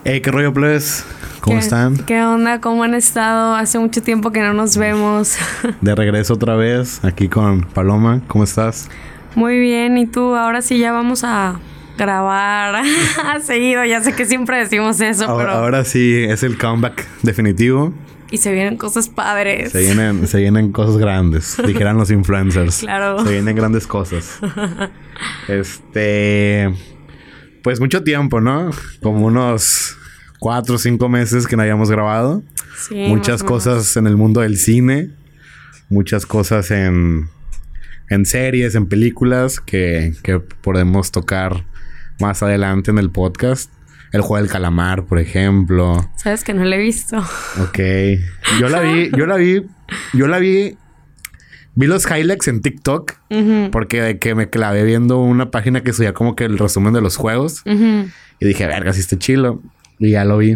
Hey, ¿qué rollo, plebes? ¿Cómo están? ¿Qué onda? ¿Cómo han estado? Hace mucho tiempo que no nos vemos. De regreso otra vez, aquí con Paloma. ¿Cómo estás? Muy bien. ¿Y tú? Ahora sí ya vamos a grabar seguido. Ya sé que siempre decimos eso, pero... Ahora sí es el comeback definitivo. Y se vienen cosas padres. Se vienen cosas grandes, dijeran los influencers. Claro. Se vienen grandes cosas. Pues mucho tiempo, ¿no? Como unos 4 o 5 meses que no habíamos grabado. Sí, muchas cosas en el mundo del cine. Muchas cosas en series, en películas que podemos tocar más adelante en el podcast. El juego del calamar, por ejemplo. Sabes que no lo he visto. Ok. Yo la vi. Vi los highlights en TikTok. Uh-huh. Porque de que me clavé viendo una página que subía como que el resumen de los juegos. Uh-huh. Y dije, verga, sí está chilo. Y ya lo vi.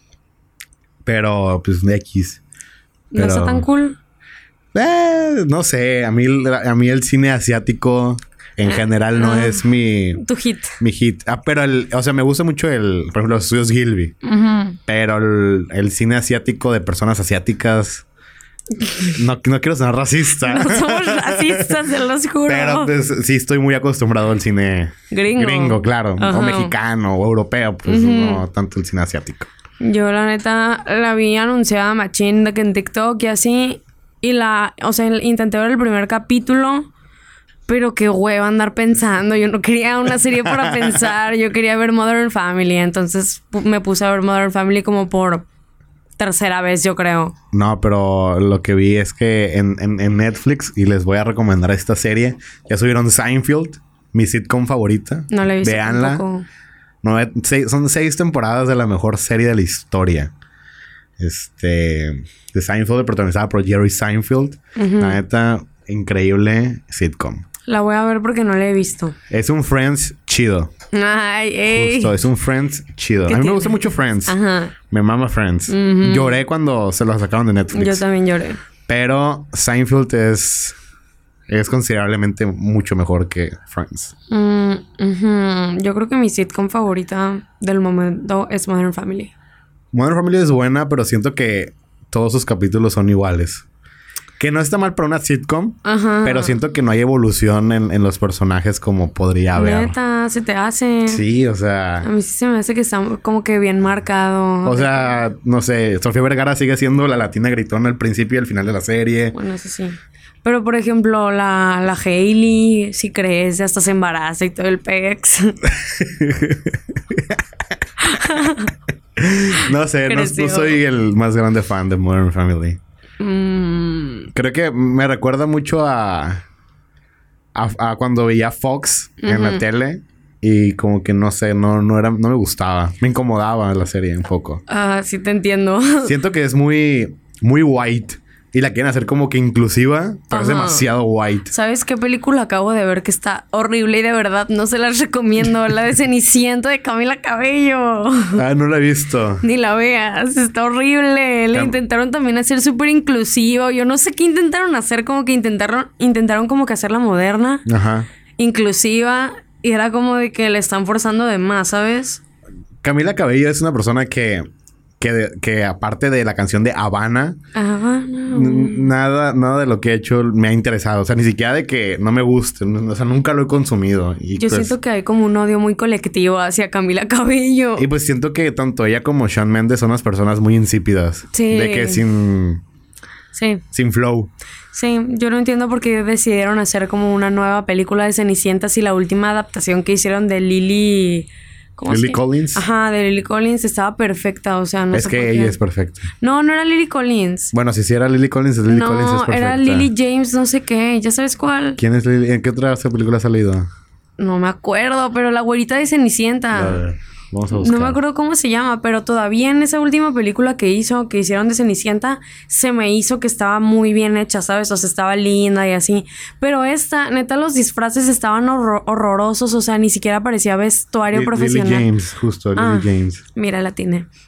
Pero, pues, de X. ¿No está tan cool? No sé. A mí el cine asiático... En general no es tu hit. Mi hit. Pero me gusta mucho por ejemplo, los estudios Gilby. Uh-huh. Pero el cine asiático de personas asiáticas... No quiero sonar racista. No somos racistas, se los juro. Pero pues sí estoy muy acostumbrado al cine... Gringo, claro. Uh-huh. O mexicano o europeo. Pues uh-huh. No tanto el cine asiático. Yo la neta la vi anunciada machín de que en TikTok y así. Y intenté ver el primer capítulo... Pero qué hueva andar pensando. Yo no quería una serie para pensar. Yo quería ver Modern Family. Entonces me puse a ver Modern Family como por tercera vez, yo creo. No, pero lo que vi es que en Netflix... Y les voy a recomendar esta serie. Ya subieron Seinfeld. Mi sitcom favorita. No la he visto. Véanla. Son 6 temporadas de la mejor serie de la historia. De Seinfeld, protagonizada por Jerry Seinfeld. Uh-huh. La neta, increíble sitcom. La voy a ver porque no la he visto. Es un Friends chido. Ay, ey. Justo, es un Friends chido. A mí me gusta mucho Friends. Ajá. Me mama Friends. Uh-huh. Lloré cuando se lo sacaron de Netflix. Yo también lloré. Pero Seinfeld es considerablemente mucho mejor que Friends. Uh-huh. Yo creo que mi sitcom favorita del momento es Modern Family. Modern Family es buena, pero siento que todos sus capítulos son iguales. Que no está mal para una sitcom, ajá, pero siento que no hay evolución en los personajes como podría haber. Neta, se te hace. Sí, o sea... A mí sí se me hace que está como que bien marcado. O sea, no sé, Sofía Vergara sigue siendo la latina gritona al principio y al final de la serie. Bueno, eso sí. Pero, por ejemplo, la Hailey, si crece, hasta se embaraza y todo el pex. No sé, no soy el más grande fan de Modern Family. Creo que me recuerda mucho a cuando veía Fox uh-huh. en la tele. Y como que no sé, no me gustaba. Me incomodaba la serie un poco. Sí te entiendo. Siento que es muy, muy white. Y la quieren hacer como que inclusiva, pero es demasiado white. ¿Sabes qué película acabo de ver que está horrible y de verdad no se las recomiendo? La de Cenicienta de Camila Cabello. No la he visto. Ni la veas, está horrible. La intentaron también hacer súper inclusiva. Yo no sé qué intentaron hacer, como que intentaron como que hacerla moderna. Ajá. Inclusiva. Y era como de que le están forzando de más, ¿sabes? Camila Cabello es una persona que aparte de la canción de Habana, nada de lo que he hecho me ha interesado. O sea, ni siquiera de que no me guste. O sea, nunca lo he consumido. Y yo siento que hay como un odio muy colectivo hacia Camila Cabello. Y pues siento que tanto ella como Shawn Mendes son unas personas muy insípidas. Sí. De que sin flow. Sí, yo no entiendo por qué decidieron hacer como una nueva película de Cenicienta si la última adaptación que hicieron de Lily... Lily Collins. Ajá, de Lily Collins estaba perfecta, o sea, no sé. Es que ella es perfecta. No era Lily Collins. Bueno, si era Lily Collins, Lily Collins es perfecta. No, era Lily James, no sé qué. ¿Ya sabes cuál? ¿Quién es Lily? ¿En qué otra película ha salido? No me acuerdo, pero la güerita de Cenicienta. A ver, vamos a buscar. No me acuerdo cómo se llama, pero todavía en esa última película que hicieron de Cenicienta, se me hizo que estaba muy bien hecha, ¿sabes? O sea, estaba linda y así. Pero neta, los disfraces estaban horrorosos. O sea, ni siquiera parecía vestuario profesional. Lily James, justo, Lily James. Mira, la tiene.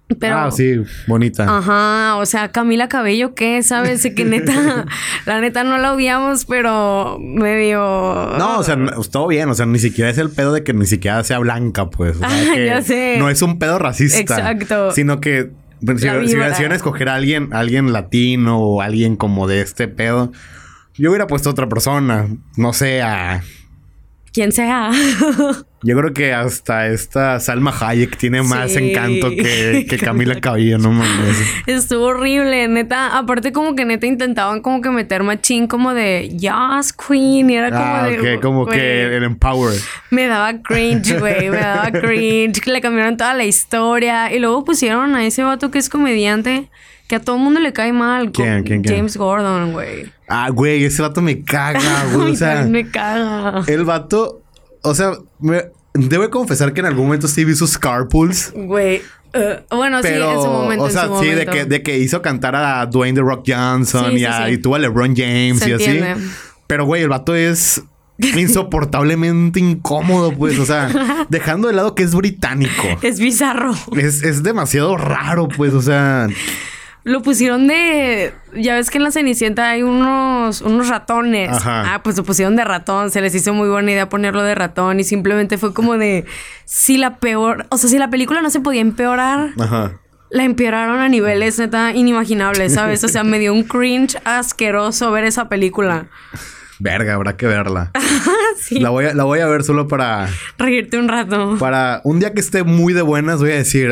Pero, sí, bonita. Ajá, o sea, Camila Cabello, ¿qué? ¿Sabes? Que neta, la neta no la odiamos, pero medio... No, o sea, todo bien. O sea, ni siquiera es el pedo de que ni siquiera sea blanca, pues. O sea, que ya sé. No es un pedo racista. Exacto. Sino que si van a escoger a alguien latino o alguien como de este pedo, yo hubiera puesto a otra persona. No sé, a... Quien sea. Yo creo que hasta esta Salma Hayek tiene más encanto que Camila Cabello, no mames. Estuvo horrible, neta. Aparte como que neta intentaban como que meter machín como de Yes, Queen. Y era como de... Okay, como wey, que el Empower. Me daba cringe, güey. Me daba cringe. Le cambiaron toda la historia. Y luego pusieron a ese vato que es comediante, que a todo el mundo le cae mal. ¿Quién? James Gordon, güey. Güey, ese vato me caga, güey. O sea, me caga. El vato... O sea, debo confesar que en algún momento sí vi sus carpools. Güey. Bueno, pero, sí, en su momento. O sea, sí, de que hizo cantar a Dwayne The Rock Johnson y tuvo a LeBron James y así. Pero, güey, el vato es insoportablemente incómodo, pues. O sea, dejando de lado que es británico. Es bizarro. Es demasiado raro, pues. O sea... Lo pusieron de... Ya ves que en la Cenicienta hay unos ratones. Ajá. Pues lo pusieron de ratón. Se les hizo muy buena idea ponerlo de ratón. Y simplemente fue como de... Si la película no se podía empeorar... Ajá. La empeoraron a niveles, neta, inimaginables, ¿sabes? O sea, me dio un cringe asqueroso ver esa película. Verga, habrá que verla. Sí. La voy a ver solo para... reírte un rato. Para un día que esté muy de buenas voy a decir...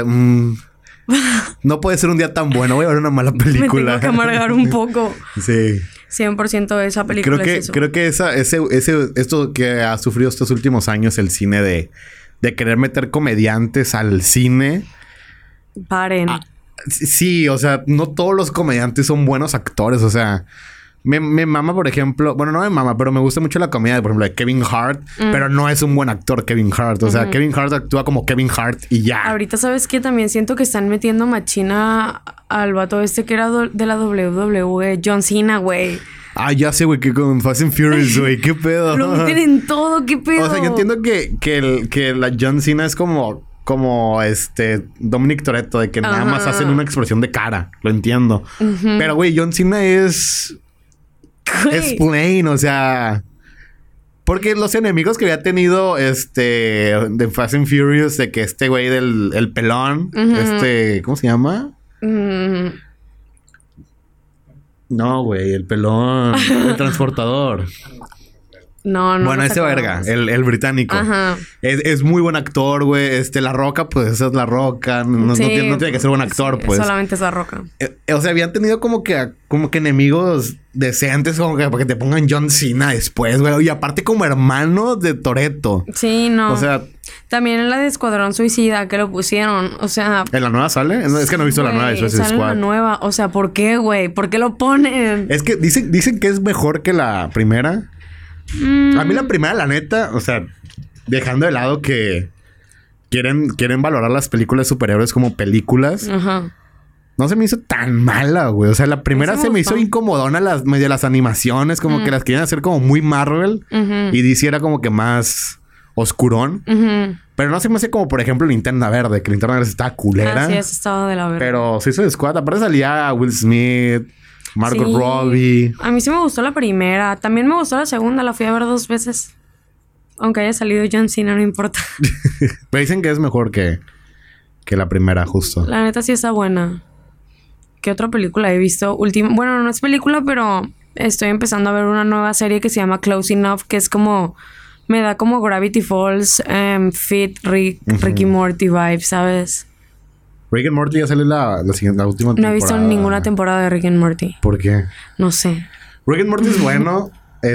no puede ser un día tan bueno. Voy a ver una mala película. Me tengo que amargar un poco. Sí. 100% de esa película creo que esto que ha sufrido estos últimos años el cine de querer meter comediantes al cine. Paren. Sí, o sea, no todos los comediantes son buenos actores. O sea, me mama, por ejemplo... Bueno, no me mama, pero me gusta mucho la comedia, por ejemplo, de Kevin Hart. Pero no es un buen actor, Kevin Hart. O sea, Kevin Hart actúa como Kevin Hart y ya. Ahorita, ¿sabes qué? También siento que están metiendo machina al vato este que era de la WWE. John Cena, güey. Ya sé, güey, que con Fast and Furious, güey. ¿Qué pedo? Lo meten en todo. ¿Qué pedo? O sea, yo entiendo que la John Cena es como Dominic Toretto, de que nada más hacen una expresión de cara. Lo entiendo. Pero, güey, John Cena es plain, o sea... Porque los enemigos que había tenido de Fast and Furious, de que este güey el pelón, ¿cómo se llama? No, güey, el pelón, el transportador. No. Bueno, ese verga, el británico. Ajá. Es muy buen actor, güey. La Roca, pues esa es La Roca. No tiene que ser buen actor, pues. Solamente es La Roca. O sea, habían tenido como que enemigos decentes, como que para que te pongan John Cena después, güey. Y aparte como hermano de Toretto. Sí, no. O sea... También en la de Escuadrón Suicida que lo pusieron, o sea... ¿En la nueva sale? Es que no he visto la nueva de Suicide Squad. Sale la nueva. O sea, ¿por qué, güey? ¿Por qué lo ponen? Es que dicen que es mejor que la primera. A mí la primera, la neta, o sea, dejando de lado que quieren valorar las películas de superhéroes como películas. Ajá. No se me hizo tan mala, güey. O sea, la primera se me hizo incomodona medio las animaciones, como que las querían hacer como muy Marvel. Y DC era como que más oscurón. Pero no se me hace como, por ejemplo, Linterna Verde, que Linterna Verde estaba culera. Sí, eso estaba de la verga. Pero Suicide Squad, aparte salía Will Smith, Margot Robbie. A mí sí me gustó la primera. También me gustó la segunda. La fui a ver 2 veces. Aunque haya salido John Cena, no importa. Me dicen que es mejor que la primera, justo. La neta sí está buena. ¿Qué otra película he visto? Bueno, no es película, pero estoy empezando a ver una nueva serie que se llama Close Enough, que es como... Me da como Gravity Falls, Fit, Ricky Morty vibes, ¿sabes? Rick and Morty ya sale la última temporada. No he visto ninguna temporada de Rick and Morty. ¿Por qué? No sé. Rick and Morty es bueno.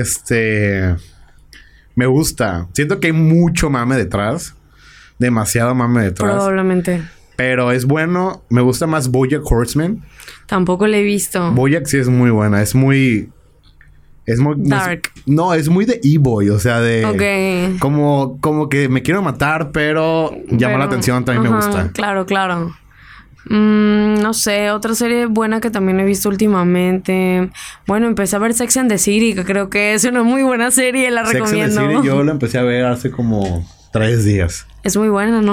Me gusta. Siento que hay mucho mame detrás. Demasiado mame detrás. Probablemente. Pero es bueno. Me gusta más BoJack Horseman. Tampoco le he visto. BoJack sí es muy buena. Es muy dark. No, es muy de E-Boy. O sea, de... Ok. Como que me quiero matar, pero llama la atención. También me gusta. Claro. No sé, otra serie buena que también he visto últimamente. Bueno, empecé a ver Sex and the City, que creo que es una muy buena serie, la recomiendo. Sex and the City yo la empecé a ver hace como 3 días. Es muy buena, ¿no?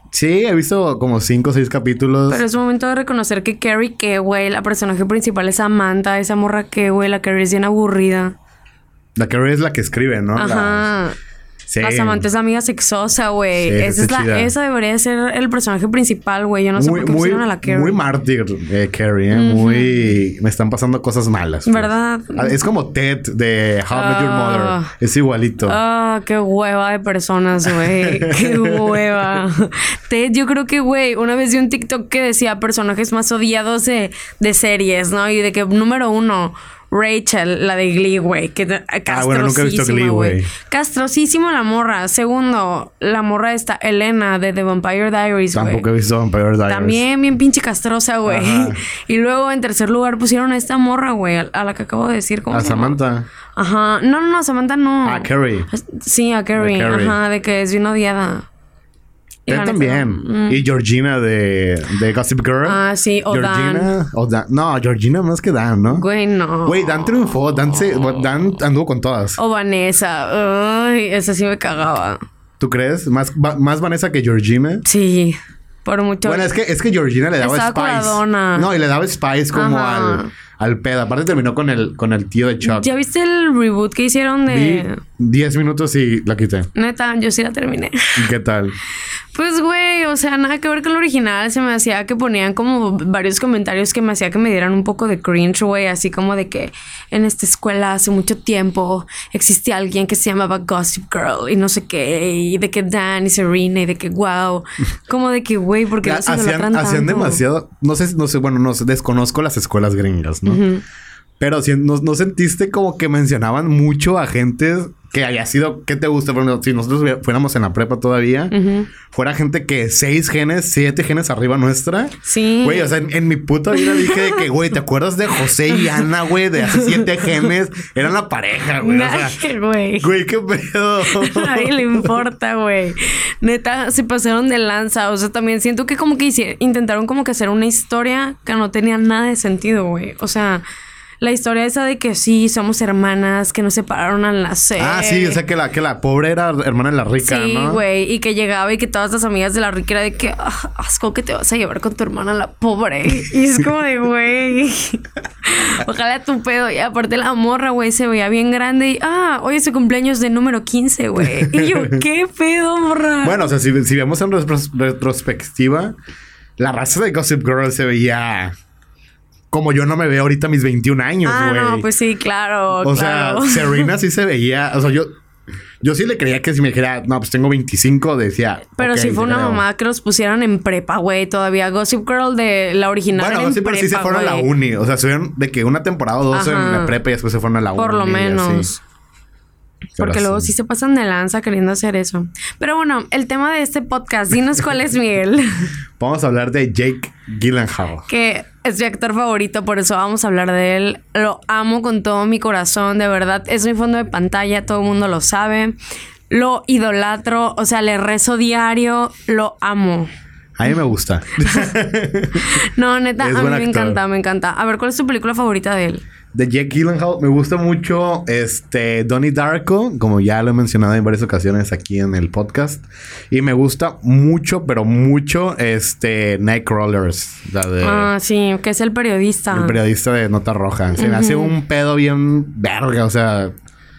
Sí, he visto como 5 o 6 capítulos. Pero es momento de reconocer que Carrie, que güey, la personaje principal es Samantha, esa morra que güey, la Carrie es bien aburrida. La Carrie es la que escribe, ¿no? Ajá. Sí. La Samantha es amiga sexosa, güey. Sí, Esa debería ser el personaje principal, güey. Yo no sé por qué pusieron a la Carrie. Muy mártir, Carrie, Muy... Me están pasando cosas malas. Pues. ¿Verdad? Es como Ted de How I Met Your Mother. Es igualito. Qué hueva de personas, güey. Qué hueva. Ted, yo creo que, güey, una vez vi un TikTok que decía personajes más odiados de series, ¿no? Y de que número 1... Rachel, la de Glee, güey. Castrosísima, bueno, nunca he visto Glee, güey. Castrosísima la morra. Segundo, la morra esta, Elena, de The Vampire Diaries, güey. Tampoco he visto Vampire Diaries. También bien pinche castrosa, güey. Y luego, en tercer lugar, pusieron a esta morra, güey. A la que acabo de decir. ¿Cómo a se llama? Samantha. Ajá. No, Samantha no. A Carrie. Sí, a Carrie. Ajá, de que es bien odiada. Ted también. Y Georgina de Gossip Girl. Ah, sí. O Georgina. Dan. No, Georgina más que Dan, ¿no? Güey, no. Güey, Dan triunfó. Dan anduvo con todas. O Vanessa. Ay, esa sí me cagaba. ¿Tú crees? ¿Más Vanessa que Georgina? Sí. Por mucho. Bueno, es que Georgina le daba Estaba Spice. curadona. No, y le daba Spice como al pedo. Aparte terminó con el tío de Chuck. ¿Ya viste el reboot que hicieron de...? Vi 10 minutos y la quité. Neta, yo sí la terminé. ¿Y qué tal? Pues, güey, o sea, nada que ver con lo original. Se me hacía que ponían como varios comentarios que me hacía que me dieran un poco de cringe, güey. Así como de que en esta escuela hace mucho tiempo existía alguien que se llamaba Gossip Girl y no sé qué. Y de que Dan y Serena y de que wow. Como de que, güey, porque no se idolatran tanto. Hacían demasiado... No sé, bueno, no sé, desconozco las escuelas gringas, ¿no? Pero si no sentiste como que mencionaban mucho a gente que haya sido... ¿Qué te gusta? Por ejemplo, si nosotros fuéramos en la prepa todavía... Fuera gente que 7 genes arriba nuestra. Sí. Güey, o sea, en mi puta vida dije de que... Güey, ¿te acuerdas de José y Ana, güey? De hace 7 genes. Eran la pareja, güey. O sea, güey, qué pedo. A nadie le importa, güey. Neta, se pasaron de lanza. O sea, también siento que como que intentaron como que hacer una historia que no tenía nada de sentido, güey. O sea... La historia esa de que sí, somos hermanas, que nos separaron al nacer. Ah, sí, o sea que la pobre era hermana de la rica, sí, ¿no? Sí, güey, y que llegaba y que todas las amigas de la rica era de que, asco que te vas a llevar con tu hermana la pobre. Y es como de, güey, ojalá tu pedo. Y aparte la morra, güey, se veía bien grande y, hoy es su cumpleaños de número 15, güey. Y yo, ¿qué pedo, morra? Bueno, o sea, si vemos en retrospectiva, la raza de Gossip Girl se veía... Como yo no me veo ahorita a mis 21 años, güey. No, pues sí, claro. O sea, Serena sí se veía... O sea, yo sí le creía que si me dijera... No, pues tengo 25, decía... Pero okay, sí fue una mamá que los pusieron en prepa, güey. Todavía Gossip Girl de la original. Bueno, sí, pero sí se fueron a la uni. O sea, subieron de que una temporada o 2 en la prepa y después se fueron a la uni. Por lo menos. Porque luego sí se pasan de lanza queriendo hacer eso. Pero bueno, el tema de este podcast, dinos cuál es, Miguel. Vamos a hablar de Jake Gyllenhaal. Que es mi actor favorito, por eso vamos a hablar de él. Lo amo con todo mi corazón, de verdad. Es mi fondo de pantalla, todo el mundo lo sabe. Lo idolatro, o sea, le rezo diario, lo amo. A mí me gusta. No, neta, a mí me encanta. A ver, ¿cuál es tu película favorita de él? De Jake Gyllenhaal me gusta mucho Donnie Darko, como ya lo he mencionado en varias ocasiones aquí en el podcast. Y me gusta mucho, pero mucho Nightcrawlers. Sí, que es el periodista. El periodista de Nota Roja. Se me hace un pedo bien verga, o sea,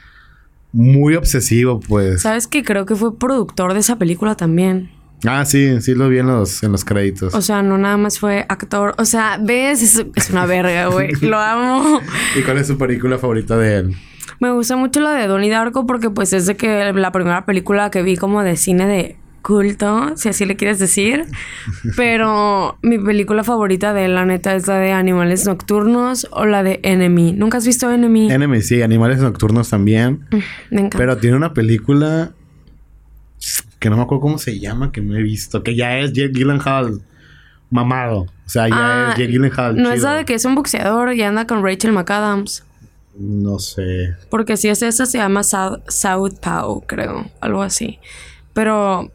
muy obsesivo, pues. ¿Sabes qué? Creo que fue productor de esa película también. Ah, sí lo vi en los créditos. O sea, no nada más fue actor. O sea, ¿ves? Es una verga, güey. Lo amo. ¿Y cuál es su película favorita de él? Me gusta mucho la de Donnie Darko porque pues es de que la primera película que vi como de cine de culto, si así le quieres decir. Pero mi película favorita de él, la neta, es la de Animales Nocturnos o la de Enemy. ¿Nunca has visto Enemy? Enemy, sí. Animales Nocturnos también. Me encanta. Pero tiene una película... que no me acuerdo cómo se llama, que no he visto. Que ya es Jake Gyllenhaal mamado. O sea, ya es Jake Gyllenhaal no chido. Es la de que es un boxeador y anda con Rachel McAdams. No sé. Porque si es esa, se llama Southpaw, creo. Algo así. Pero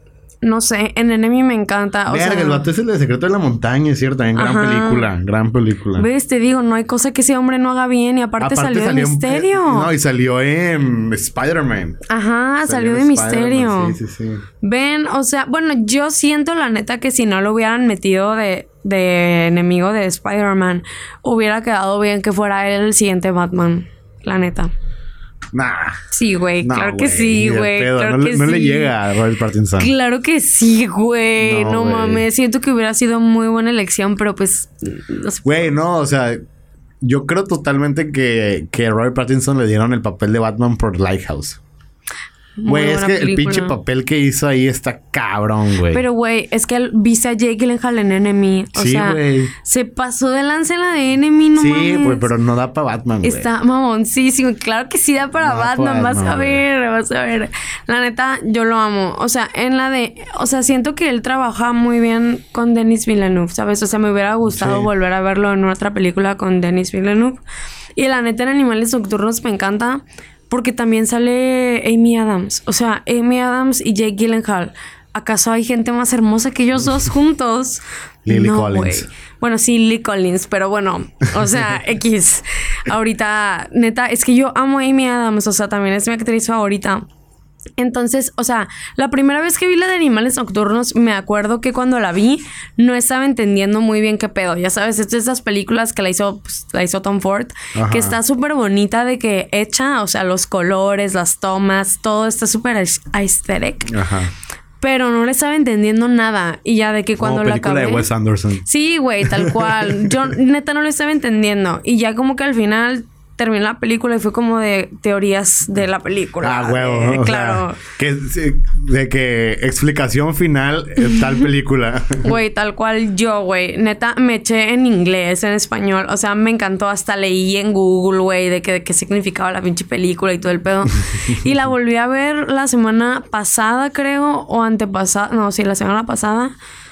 no sé, en Enemy me encanta. Verga, el vato es el de Secreto de la Montaña, es cierto. También gran película. ¿Ves? Te digo, no hay cosa que ese hombre no haga bien. Y aparte salió de Misterio. No, y salió en Spider-Man. Ajá, salió de Misterio. Sí. Ven, o sea, bueno, yo siento la neta que si no lo hubieran metido de enemigo de Spider-Man, hubiera quedado bien que fuera él el siguiente Batman. La neta. Nah. Sí, güey. No, claro que sí, güey. Claro que no sí. le llega a Robert Pattinson. Claro que sí, güey. No mames. Siento que hubiera sido muy buena elección, pero pues... No sé. Güey, no, o sea... Yo creo totalmente que a Robert Pattinson le dieron el papel de Batman por Lighthouse. Güey, es que el pinche papel que hizo ahí está cabrón, güey. Pero, güey, es que viste a Jake Gyllenhaal en Enemy. O sea, güey. Se pasó de lanza en la de Enemy, no mames. Sí, güey, pero no da para Batman, güey. Está mamoncísimo. Claro que sí da para Batman. Vas a ver. La neta, yo lo amo. O sea, siento que él trabaja muy bien con Denis Villeneuve, ¿sabes? O sea, me hubiera gustado volver a verlo en otra película con Denis Villeneuve. Y la neta, en Animales Nocturnos me encanta. Porque también sale Amy Adams. O sea, Amy Adams y Jake Gyllenhaal. ¿Acaso hay gente más hermosa que ellos dos juntos? Lily Collins. Wey. Bueno, sí, Lily Collins. Pero bueno, o sea, X. Ahorita, neta, es que yo amo a Amy Adams. O sea, también es mi actriz favorita. Entonces, o sea, la primera vez que vi la de Animales Nocturnos, me acuerdo que cuando la vi no estaba entendiendo muy bien qué pedo. Ya sabes, es de esas películas que la hizo Tom Ford, que está súper bonita de que hecha, o sea, los colores, las tomas, todo está súper aesthetic. Ajá. Pero no le estaba entendiendo nada. Y ya de que cuando la acabé... de Wes Anderson. Sí, güey, tal cual. Yo neta no le estaba entendiendo. Y ya como que al final... terminé la película y fue como de teorías de la película. Ah, huevo. Claro. De que explicación final en tal película. Güey, tal cual yo, güey. Neta, me eché en inglés, en español. O sea, me encantó. Hasta leí en Google, güey, de qué significaba la pinche película y todo el pedo. Y la volví a ver la semana pasada, creo, o antepasada. No, sí, la semana pasada.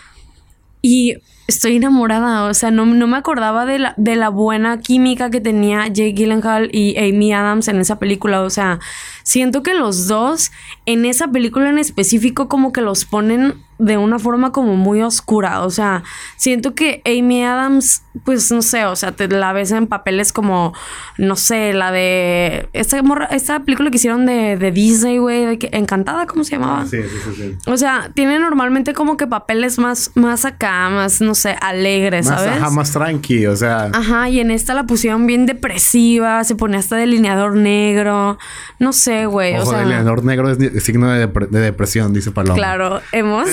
Y... estoy enamorada, o sea, no me acordaba de la buena química que tenía Jake Gyllenhaal y Amy Adams en esa película. O sea, siento que los dos en esa película en específico como que los ponen de una forma como muy oscura. O sea, siento que Amy Adams, pues no sé, o sea, te la ves en papeles como, no sé, la de esta película que hicieron de Disney, güey, Encantada, ¿cómo se llamaba? Sí. O sea, tiene normalmente como que papeles más acá, más, no sé, alegres, ¿sabes? Ajá, más tranqui, o sea. Ajá, y en esta la pusieron bien depresiva, se ponía hasta delineador negro, no sé, güey. Ojo, o sea, delineador negro es signo de depresión, dice Paloma. Claro, hemos.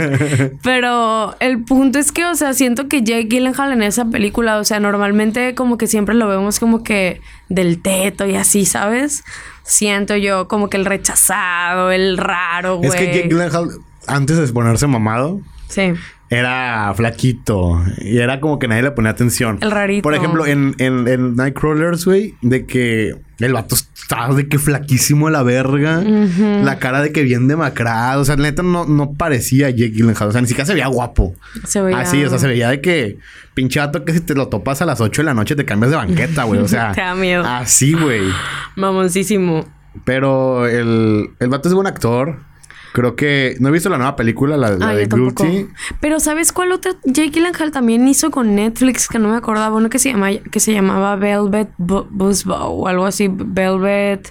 Pero el punto es que, o sea, siento que Jake Gyllenhaal en esa película, o sea, normalmente como que siempre lo vemos como que del teto y así, ¿sabes? Siento yo como que el rechazado, el raro, güey. Es que Jake Gyllenhaal, antes de ponerse mamado, sí, era flaquito y era como que nadie le ponía atención. El rarito. Por ejemplo, en Nightcrawlers, güey, de que el vato estaba de que flaquísimo a la verga. Uh-huh. La cara de que bien demacrado. O sea, neta no parecía Jake Gyllenhaal. O sea, ni siquiera se veía guapo. Se veía... así, o sea, se veía de que... pinche vato que si te lo topas a las 8 de la noche te cambias de banqueta, güey. O sea... te da miedo. Así, güey. Mamoncísimo. Pero el vato es buen actor. Creo que... no he visto la nueva película, la de Guilty. Pero ¿sabes cuál otra? Jake Gyllenhaal también hizo con Netflix, que no me acordaba. Uno que se llamaba Velvet Buzzsaw o algo así. Velvet...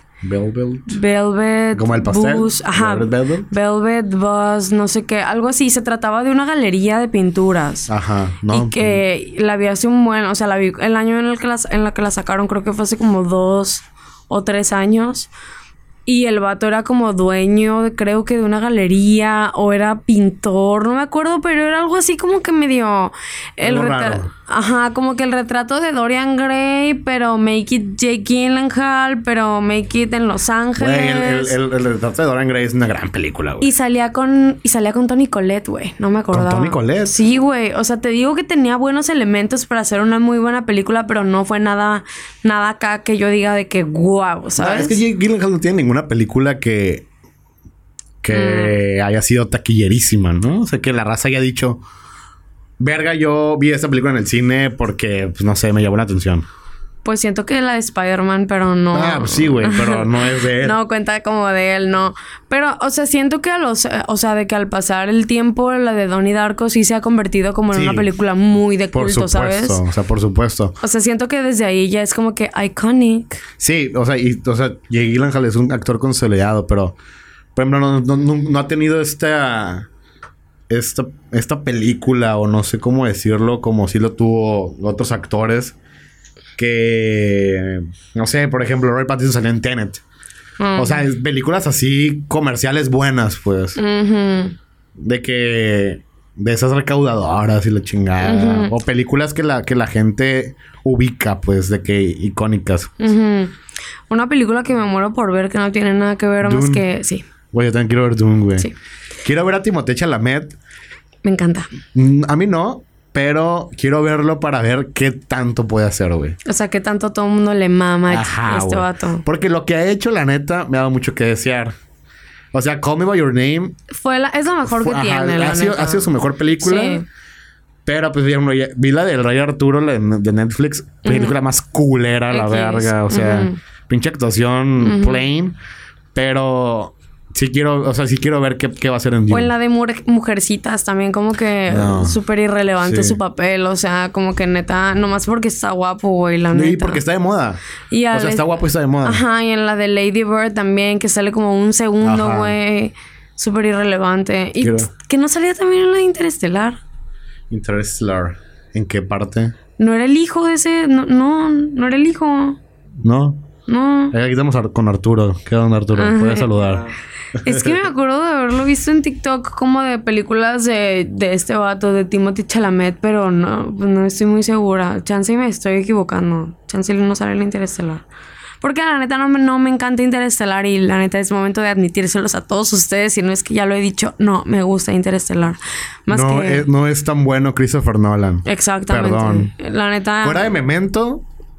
como el pastel. Ajá. Velvet Buzz, no sé qué. Algo así. Se trataba de una galería de pinturas. Ajá. No. Y que la vi hace un buen... o sea, la vi el año en la que la sacaron. Creo que fue hace como 2 o 3 años. Y el vato era como dueño, creo que de una galería, o era pintor, no me acuerdo, pero era algo así como que medio... Ajá, como que el retrato de Dorian Gray, pero make it Jake Gyllenhaal, pero make it en Los Ángeles. Güey, el retrato de Dorian Gray es una gran película, güey. Y salía con Toni Collette, güey. No me acordaba. ¿Con Toni Collette? Sí, güey. O sea, te digo que tenía buenos elementos para hacer una muy buena película, pero no fue nada acá que yo diga de que guau, ¿sabes? Es que Jake Gyllenhaal no tiene ninguna película que haya sido taquillerísima, ¿no? O sea, que la raza haya dicho... verga, yo vi esta película en el cine porque, pues no sé, me llamó la atención. Pues siento que la de Spider-Man, pero no. Ah, pues sí, güey, pero no es de él. No, cuenta como de él, no. Pero, o sea, siento que de que al pasar el tiempo, la de Donnie Darko sí se ha convertido como en una película muy de culto, ¿sabes? O sea, por supuesto. O sea, siento que desde ahí ya es como que iconic. Sí, o sea, Jake Gyllenhaal es un actor consolidado, pero... Por ejemplo, no ha tenido esta película, o no sé cómo decirlo, como si lo tuvo otros actores... Que... No sé, por ejemplo, Robert Pattinson salió en Tenet. O sea, películas así comerciales buenas, pues. De que... De esas recaudadoras y la chingada. O películas que la gente ubica, pues, de que icónicas. Una película que me muero por ver que no tiene nada que ver Dune. más que... Sí. Güey, yo también quiero ver Dune, güey. Sí. Quiero ver a Timothée Chalamet. Me encanta. A mí no. Pero quiero verlo para ver qué tanto puede hacer, güey. O sea, que tanto todo el mundo le mama a este güey. vato. Porque lo que ha hecho, la neta, me ha dado mucho que desear. O sea, Call Me By Your Name... Es lo mejor que tiene, la neta. Ha sido su mejor película. Sí. Pero, pues, vi la del Rey Arturo de Netflix. Película más culera, la verga. O sea, pinche actuación plain. Pero... Sí quiero ver qué va a hacer en Dune. O en la de Mujercitas también, como que súper irrelevante su papel. O sea, como que neta, nomás porque está guapo, güey, la neta. Y porque está de moda. O sea, está guapo y está de moda. Ajá, y en la de Lady Bird también, que sale como un segundo, güey. Súper irrelevante. Y que no salía también en la de Interestelar. Interestelar. ¿En qué parte? No era el hijo de ese... No era el hijo. ¿No? No. Aquí estamos con Arturo. ¿Qué onda, Arturo? Puedes saludar. Es que me acuerdo de haberlo visto en TikTok como de películas de este vato, de Timothée Chalamet, pero no estoy muy segura. Chance y me estoy equivocando. Chance no sale el Interestelar. Porque la neta no me encanta Interestelar y la neta es momento de admitírselos a todos ustedes. Si no es que ya lo he dicho, no me gusta Interestelar. No es tan bueno Christopher Nolan. Exactamente. Perdón. La neta... Fuera de Memento,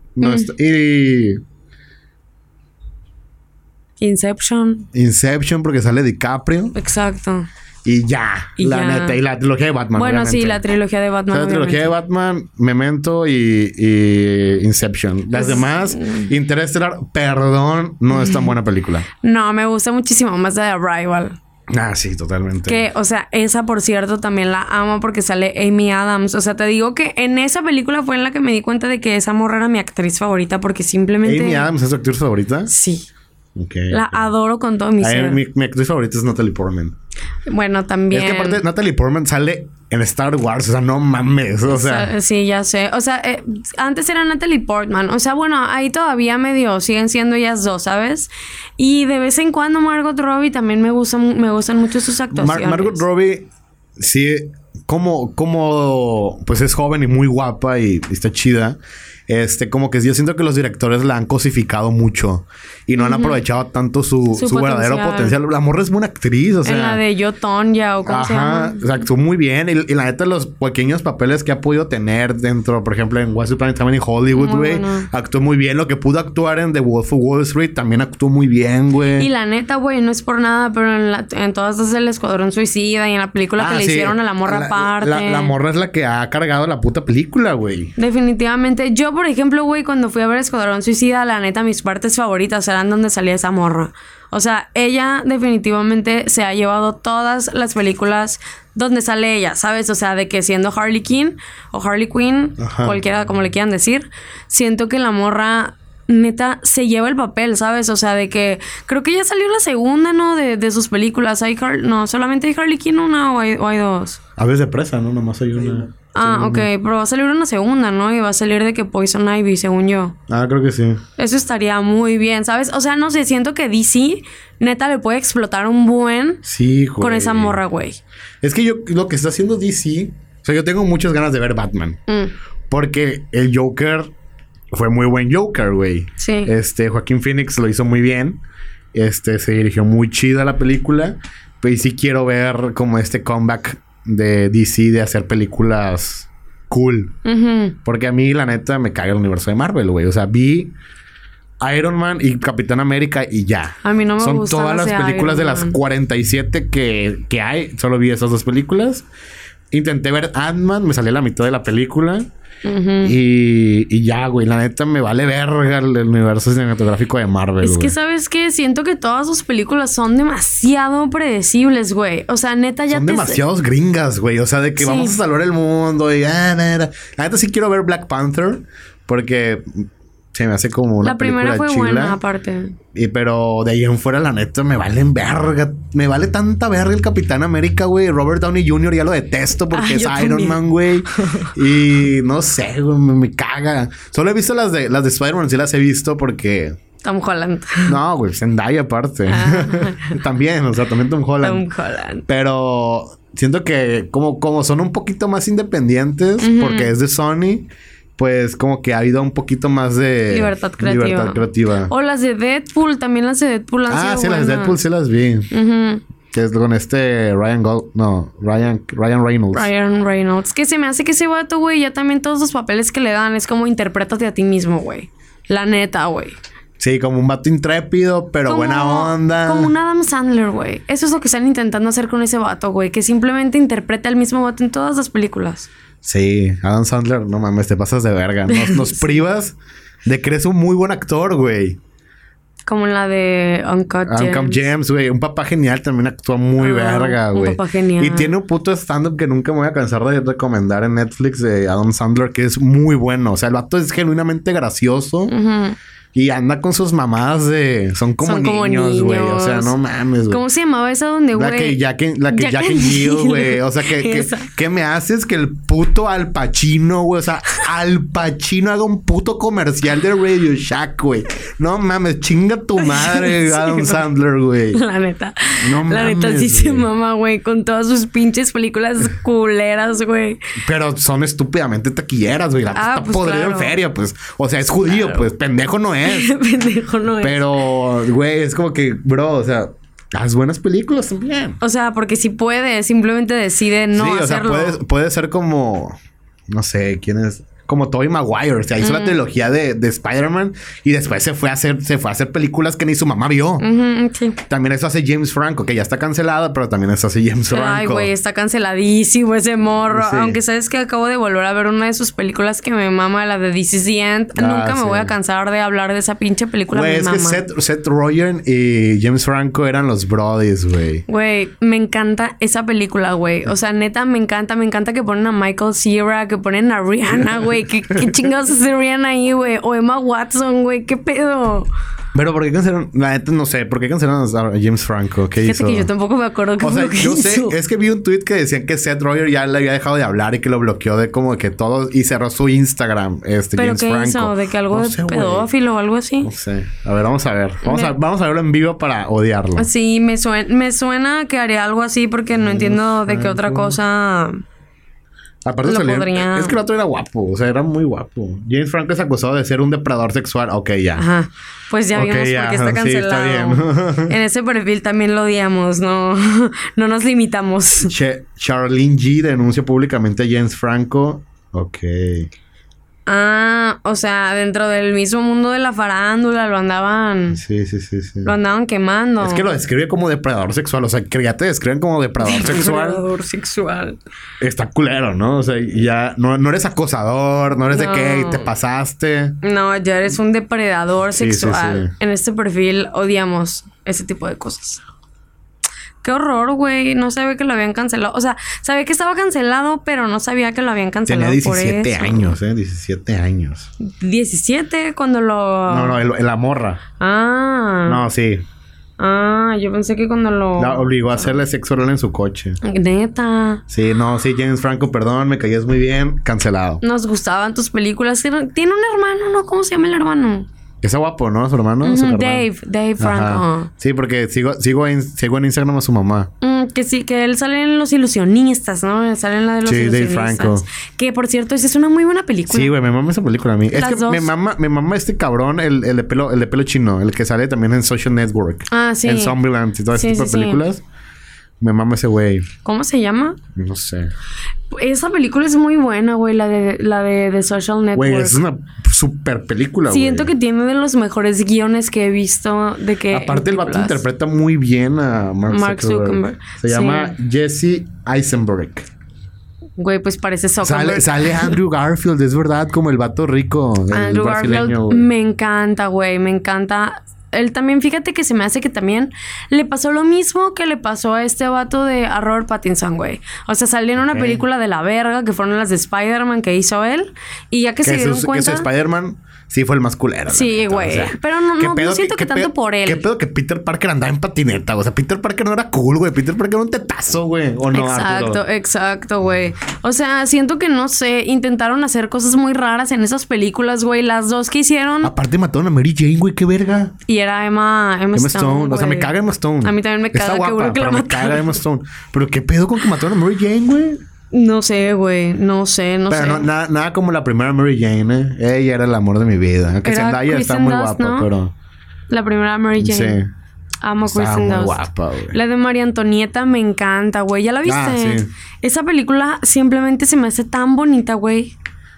Inception porque sale DiCaprio. Exacto. Y ya. Neta. Y la trilogía de Batman. Bueno, obviamente. sí, la trilogía de Batman. La trilogía de Batman, Memento y Inception. Las demás, Interestelar, perdón, no es tan buena película. No, me gusta muchísimo más de Arrival. Ah, sí, totalmente. Que, o sea, esa, por cierto, también la amo porque sale Amy Adams. O sea, te digo que en esa película fue en la que me di cuenta de que esa morra era mi actriz favorita porque simplemente... ¿Amy Adams es tu actriz favorita? Sí. Okay, la adoro con todo mi ser. Mi actriz favorita es Natalie Portman. Bueno, también. Es que aparte Natalie Portman sale en Star Wars. O sea, no mames. O sea... Sí, ya sé. O sea, antes era Natalie Portman. O sea, bueno, ahí todavía medio siguen siendo ellas dos, ¿sabes? Y de vez en cuando Margot Robbie también me gustan mucho sus actuaciones. Margot Robbie, sí, como pues es joven y muy guapa y está chida. Como que yo siento que los directores la han cosificado mucho y no han aprovechado tanto su verdadero potencial. La morra es buena actriz, o sea. En la de Yo, Tonya o cómo se llama. O sea, actuó muy bien. Y la neta, los pequeños papeles que ha podido tener dentro, por ejemplo, en What's the Planet también en Hollywood, güey. Bueno. Actuó muy bien. Lo que pudo actuar en The Wolf of Wall Street también actuó muy bien, güey. Y la neta, güey, no es por nada, pero en todas las del Escuadrón Suicida y en la película que le hicieron a la morra aparte. La morra es la que ha cargado la puta película, güey. Definitivamente. Yo, por ejemplo, güey, cuando fui a ver Escuadrón Suicida, la neta, mis partes favoritas eran donde salía esa morra. O sea, ella definitivamente se ha llevado todas las películas donde sale ella, ¿sabes? O sea, de que siendo Harley Quinn o Harley Quinn, cualquiera como le quieran decir, siento que la morra neta se lleva el papel, ¿sabes? O sea, de que creo que ya salió la segunda, ¿no? De sus películas. No, solamente hay Harley Quinn una o hay dos. A veces de presa, ¿no? Nomás hay una. Ah, ok. Pero va a salir una segunda, ¿no? Y va a salir de que Poison Ivy, según yo. Ah, creo que sí. Eso estaría muy bien, ¿sabes? O sea, no sé, siento que DC neta le puede explotar un buen... Sí, güey. Con esa morra, güey. Es que lo que está haciendo DC... O sea, yo tengo muchas ganas de ver Batman. Porque el Joker fue muy buen Joker, güey. Sí. Joaquín Phoenix lo hizo muy bien. Se dirigió muy chida la película. Pero sí quiero ver como comeback de DC de hacer películas cool. Porque a mí, la neta, me cae el universo de Marvel, güey. O sea, vi Iron Man y Capitán América y ya. A mí no me Son gustan todas las películas de las 47 que hay. Solo vi esas dos películas. intenté ver Ant-Man, me salí a la mitad de la película. Y ya, güey, la neta me vale verga el universo cinematográfico de Marvel. Es que, ¿sabes qué? Siento que todas sus películas son demasiado predecibles, güey. O sea, neta, ya son demasiados gringas, güey. O sea, de que vamos a salvar el mundo y... La neta sí quiero ver Black Panther porque se me hace como una película La primera fue chila. buena, aparte. Pero de ahí en fuera, la neta, me valen verga. Me vale tanta verga el Capitán América, güey. Robert Downey Jr. ya lo detesto porque es Iron Man, güey. Y no sé, güey, me caga. Solo he visto las de Spider-Man, sí las he visto porque... Tom Holland. No, güey, Zendaya aparte. También, o sea, también Tom Holland. Pero siento que como son un poquito más independientes, porque es de Sony... Pues como que ha habido un poquito más de... Libertad creativa. O las de Deadpool. También las de Deadpool han sido sí, buenas. las de Deadpool sí las vi. Que es con Ryan Reynolds. Ryan Reynolds. Que se me hace que ese vato, güey, ya también todos los papeles que le dan es como interprétate a ti mismo, güey. La neta, güey. Sí, como un vato intrépido, pero como, buena onda. Como un Adam Sandler, güey. Eso es lo que están intentando hacer con ese vato, güey. Que simplemente interprete al mismo vato en todas las películas. Sí, Adam Sandler, no mames, te pasas de verga. Nos privas de que eres un muy buen actor, güey. Como la de Uncut Gems, güey. Un papá genial también actúa muy verga, güey. Un papá genial. Y tiene un puto stand-up que nunca me voy a cansar de recomendar en Netflix de Adam Sandler, que es muy bueno. O sea, el vato es genuinamente gracioso. Y anda con sus mamadas de... Son como niños, güey. O sea, no mames, güey. ¿Cómo se llamaba esa donde, güey? Jack and Jill, güey. O sea, ¿qué me haces que el puto Al Pacino, güey? O sea, Al Pacino haga un puto comercial de Radio Shack, güey. No mames, chinga tu madre, Adam Sandler, güey. La neta. No mames, la neta sí se mama, güey. Con todas sus pinches películas culeras, güey. Pero son estúpidamente taquilleras, güey. Está pues podrido en feria, pues. O sea, es judío, pues. Pendejo no es. Pendejo no es. Pero, güey, es como que, bro, o sea, haz buenas películas también. O sea, porque si puede, simplemente decide no hacerlo. O sea, puede ser como, no sé, ¿quién es? Como Tobey Maguire. O sea, hizo la trilogía de Spider-Man y después se fue a hacer películas que ni su mamá vio. Sí. También eso hace James Franco, que ya está cancelado, pero también eso hace James Franco. Ay, güey, está canceladísimo ese morro. Sí. Aunque sabes que acabo de volver a ver una de sus películas que me mama, la de This is the End. Nunca me voy a cansar de hablar de esa pinche película. Güey, es que Seth Rogen y James Franco eran los brodies, güey. Güey, me encanta esa película, güey. O sea, neta, me encanta que ponen a Michael Cera, que ponen a Rihanna, güey. ¿Qué chingados hace Rihanna ahí, güey? O Emma Watson, güey. ¿Qué pedo? Pero ¿por qué cancelaron? La neta no sé. ¿Por qué cancelaron a James Franco? ¿Qué Fíjate hizo? Que yo tampoco me acuerdo qué fue lo que yo hizo. sé. Es que vi un tweet que decían que Seth Rogen ya le había dejado de hablar y que lo bloqueó de como que todo... Y cerró su Instagram, ¿Pero James qué Franco. hizo? ¿De que algo no sé, pedófilo o algo así? No sé. A ver, vamos a ver. Vamos a verlo en vivo para odiarlo. Sí, me suena que haría algo así porque no entiendo de qué otra cosa... Aparte es que el otro era guapo. O sea, era muy guapo. James Franco es acusado de ser un depredador sexual. Ok, ya. Ajá. Pues ya vimos por qué está cancelado. Sí, está bien. En ese perfil también lo odiamos. No nos limitamos. Charlene G denuncia públicamente a James Franco. Ok. Ah, o sea, dentro del mismo mundo de la farándula lo andaban... Sí. Lo andaban quemando. Es que lo describe como depredador sexual. O sea, que ya te describen como depredador sexual. Depredador sexual. Está culero, ¿no? O sea, ya no eres acosador, no eres de qué y te pasaste. No, ya eres un depredador sexual. Sí. En este perfil odiamos ese tipo de cosas. Qué horror, güey. No sabía que lo habían cancelado. O sea, sabía que estaba cancelado, pero no sabía que lo habían cancelado. Tenía 17 años, 17 años. 17 cuando lo... No, la morra. Ah. No, sí. Ah, yo pensé que cuando lo... La obligó a hacerle sexo oral en su coche. Neta. Sí, James Franco, perdón, me caías muy bien. Cancelado. Nos gustaban tus películas. Tiene un hermano, ¿no? ¿Cómo se llama el hermano? Está guapo, ¿no? Su hermano. Dave Franco. Sí, porque sigo en Instagram a su mamá. Que sí, que él sale en Los Ilusionistas, ¿no? Sale en la de Los Ilusionistas. Dave Franco. Que, por cierto, esa es una muy buena película. Sí, güey, me mama esa película a mí. Las es que dos. me mama este cabrón, el de pelo chino, el que sale también en Social Network. Ah, sí. En Zombieland y todo ese tipo de películas. Me mama ese güey. ¿Cómo se llama? No sé. Esa película es muy buena, güey. La de The Social Network. Güey, es una super película, güey. Siento que tiene de los mejores guiones que he visto de que... Aparte, el vato interpreta muy bien a Mark Zuckerberg. Se llama Jesse Eisenberg. Güey, pues parece Zuckerberg. Sale Andrew Garfield, es verdad, como el vato rico. Andrew Garfield me encanta, güey. Me encanta. Él también, fíjate que se me hace que también le pasó lo mismo que le pasó a este vato a Robert Pattinson, güey. O sea, salió en una película de la verga, que fueron las de Spider-Man que hizo él. Y ya que se dieron cuenta... Que Spider-Man sí fue el más culero. Sí, güey. O sea, pero no siento que tanto por él. ¿Qué pedo que Peter Parker andaba en patineta? O sea, Peter Parker no era cool, güey. Peter Parker era un tetazo, güey. ¿O no? Exacto, güey. O sea, siento que, no sé, intentaron hacer cosas muy raras en esas películas, güey. Las dos que hicieron. Aparte mataron a Mary Jane, güey. Qué verga. Y era Emma Stone. O sea, me caga Emma Stone. A mí también me caga. Está guapa, que la me caga Emma Stone. Pero qué pedo con que mataron a Mary Jane, güey. No sé, güey. No sé. Pero nada como la primera Mary Jane, ¿eh? Ella era el amor de mi vida. Aunque Zendaya está muy guapa, ¿no? Pero... La primera Mary Jane. Sí. Amo Kristen Dunst. Guapa, güey. La de María Antonieta me encanta, güey. ¿Ya la viste? Sí. Esa película simplemente se me hace tan bonita, güey.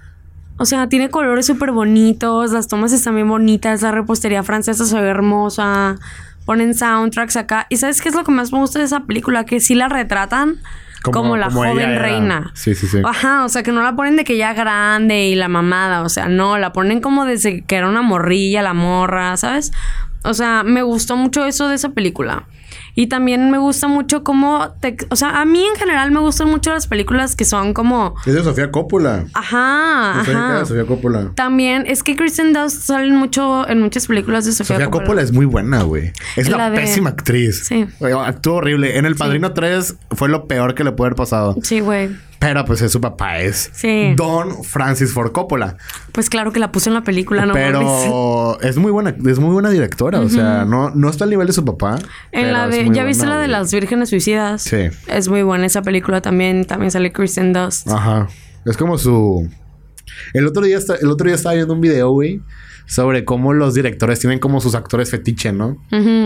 O sea, tiene colores súper bonitos. Las tomas están bien bonitas. La repostería francesa se ve hermosa. Ponen soundtracks acá. ¿Y sabes qué es lo que más me gusta de esa película? Que sí la retratan... Como la joven reina. Sí. Ajá, o sea, que no la ponen de que ya grande y la mamada. O sea, no, la ponen como desde que era una morrilla, la morra, ¿sabes? O sea, me gustó mucho eso de esa película. Y también me gusta mucho cómo... O sea, a mí en general me gustan mucho las películas que son como... Es de Sofía Coppola. Ajá. De Sofía Coppola. También, es que Kristen Dunst sale mucho en muchas películas de Sofía Coppola es muy buena, güey. Es una pésima actriz. Sí. Actuó horrible. En El Padrino 3 fue lo peor que le puede haber pasado. Sí, güey. Pero pues su papá es Don Francis Ford Coppola. Pues claro que la puso en la película, ¿no? Pero es muy buena directora. O sea, no está al nivel de su papá. ¿Ya viste la de Las Vírgenes Suicidas? Sí. Es muy buena esa película también. También sale Kristen Dunst. Ajá. Es como su... El otro día estaba viendo un video, güey, sobre cómo los directores tienen como sus actores fetiche, ¿no?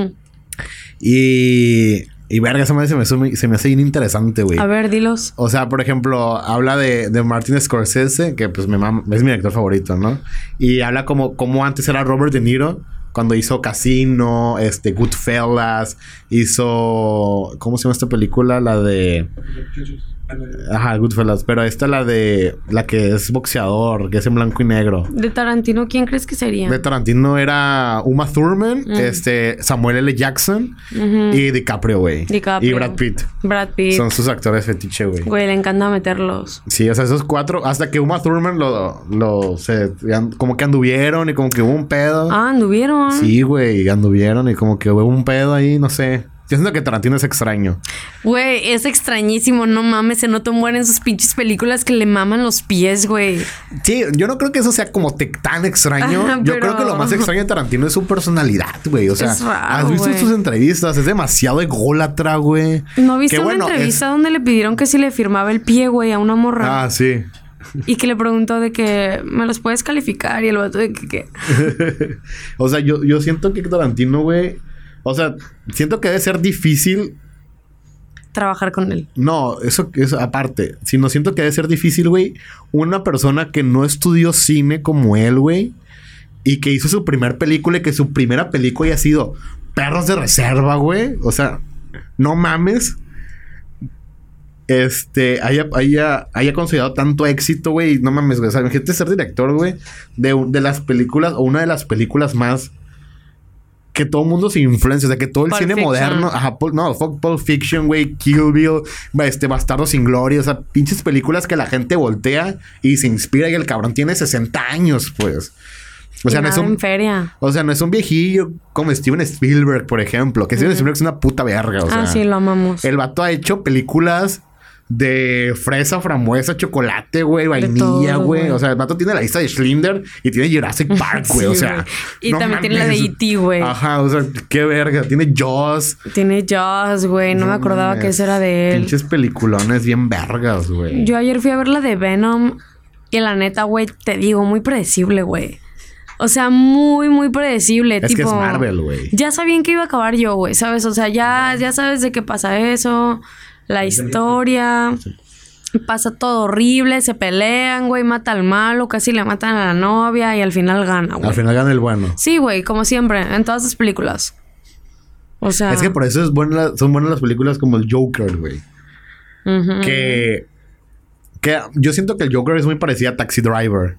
Y verga, se me hace bien interesante, güey. A ver, dilos. O sea, por ejemplo, habla de Martin Scorsese, que pues es mi director favorito, ¿no? Y habla como antes era Robert De Niro, cuando hizo Casino, Goodfellas, hizo... ¿Cómo se llama esta película? La de... Ajá, Goodfellas. Pero esta la que es boxeador, que es en blanco y negro. ¿De Tarantino quién crees que sería? De Tarantino era Uma Thurman, Samuel L. Jackson y DiCaprio, güey. Y Brad Pitt. Son sus actores fetiche, güey. Güey, le encanta meterlos. Sí, o sea, esos cuatro, hasta que Uma Thurman como que anduvieron y como que hubo un pedo. Ah, anduvieron. Sí, güey, anduvieron y como que hubo un pedo ahí, no sé. Yo siento que Tarantino es extraño. Güey, es extrañísimo. No mames, se nota un buen en sus pinches películas que le maman los pies, güey. Sí, yo no creo que eso sea como tan extraño. Ajá, yo creo que lo más extraño de Tarantino es su personalidad, güey. O sea, has visto sus entrevistas. Es demasiado ególatra, güey. ¿No viste una entrevista donde le pidieron que si le firmaba el pie, güey, a una morra? Ah, sí. Y que le preguntó de que... ¿Me los puedes calificar? Y el vato de que... ¿qué? O sea, yo siento que Tarantino, güey... O sea, siento que debe ser difícil... trabajar con él. No, eso aparte. Sino siento que debe ser difícil, güey. Una persona que no estudió cine como él, güey. Y que hizo su primer película y que su primera película haya sido Perros de Reserva, güey. O sea, no mames. Haya considerado tanto éxito, güey. No mames, güey. O sea, imagínate ser director, güey. De las películas... O una de las películas más... que todo el mundo se influencia. O sea, que todo el cine moderno... Ajá, Pulp Fiction, güey. Kill Bill. Bastardo sin Gloria. O sea, pinches películas que la gente voltea y se inspira. Y el cabrón tiene 60 años, pues. O sea, no es un... feria. O sea, no es un viejillo como Steven Spielberg, por ejemplo. Que Steven Spielberg es una puta verga, o sea... sí, lo amamos. El vato ha hecho películas... de fresa, frambuesa, chocolate, güey, vainilla, güey. O sea, el vato tiene la lista de Schindler y tiene Jurassic Park, güey. Sí, o sea, y también tiene la de E.T., güey. Ajá, o sea, qué verga. Tiene Jaws. Güey. No me acordaba que esa era de él. Pinches peliculones bien vergas, güey. Yo ayer fui a ver la de Venom y la neta, güey, te digo, muy predecible, güey. O sea, muy, muy predecible. Es que es Marvel, güey. Ya sabían que iba a acabar yo, güey, ¿sabes? O sea, ya sabes de qué pasa eso. La historia. Pasa todo horrible. Se pelean, güey. Mata al malo. Casi le matan a la novia. Y al final gana, güey. Al final gana el bueno. Sí, güey. Como siempre. En todas las películas. O sea... Es que por eso son buenas las películas como el Joker, güey. Que Que yo siento que el Joker es muy parecido a Taxi Driver.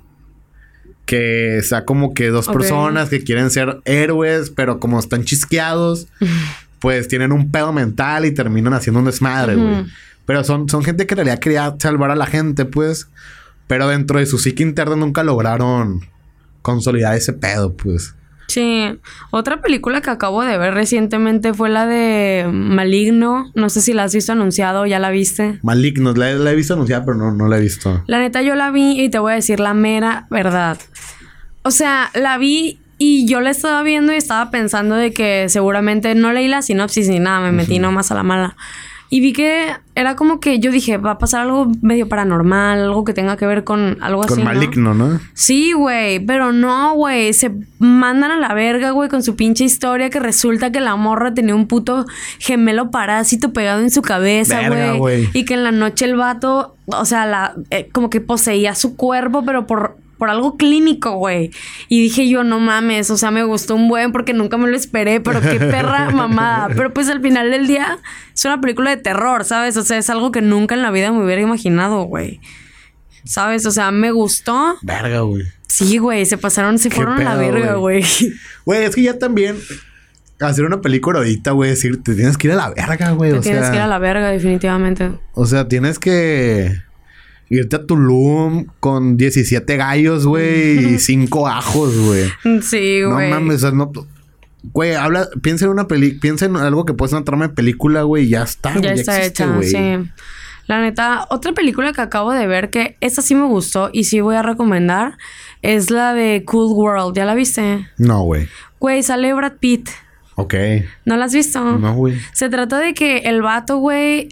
Que sea como que dos personas que quieren ser héroes, pero como están chisqueados, pues tienen un pedo mental y terminan haciendo un desmadre, güey. Pero son gente que en realidad quería salvar a la gente, pues. Pero dentro de su psique interna nunca lograron consolidar ese pedo, pues. Sí. Otra película que acabo de ver recientemente fue la de Maligno. No sé si la has visto anunciado, ¿ya la viste? Maligno, la he visto anunciada, pero no la he visto. La neta, yo la vi y te voy a decir la mera verdad. O sea, la vi y yo la estaba viendo y estaba pensando de que seguramente no leí la sinopsis ni nada. Me metí nomás a la mala. Y vi que era como que yo dije, va a pasar algo medio paranormal, algo que tenga que ver con algo así, con Maligno, ¿no? Sí, güey, pero no, güey. Se mandan a la verga, güey, con su pinche historia que resulta que la morra tenía un puto gemelo parásito pegado en su cabeza, güey. Y que en la noche el vato, o sea, como que poseía su cuerpo, pero por algo clínico, güey. Y dije yo, no mames, o sea, me gustó un buen porque nunca me lo esperé, pero qué perra mamada. Pero pues al final del día es una película de terror, ¿sabes? O sea, es algo que nunca en la vida me hubiera imaginado, güey. ¿Sabes? O sea, me gustó. Verga, güey. Sí, güey, se fueron a la verga, güey. Güey, es que ya también hacer una película ahorita, güey, decir, te tienes que ir a la verga, güey. Tienes que ir a la verga, definitivamente. O sea, tienes que irte a Tulum con 17 gallos, güey, y 5 ajos, güey. Sí, güey. No mames, o sea, no. Güey, piensa en algo que puede ser una trama de película, güey, y ya está. Ya está existe, hecha, sí. La neta, otra película que acabo de ver que esta sí me gustó y sí voy a recomendar es la de Cool World. ¿Ya la viste? No, güey. Güey, sale Brad Pitt. Ok. ¿No la has visto? No, güey. Se trata de que el vato, güey,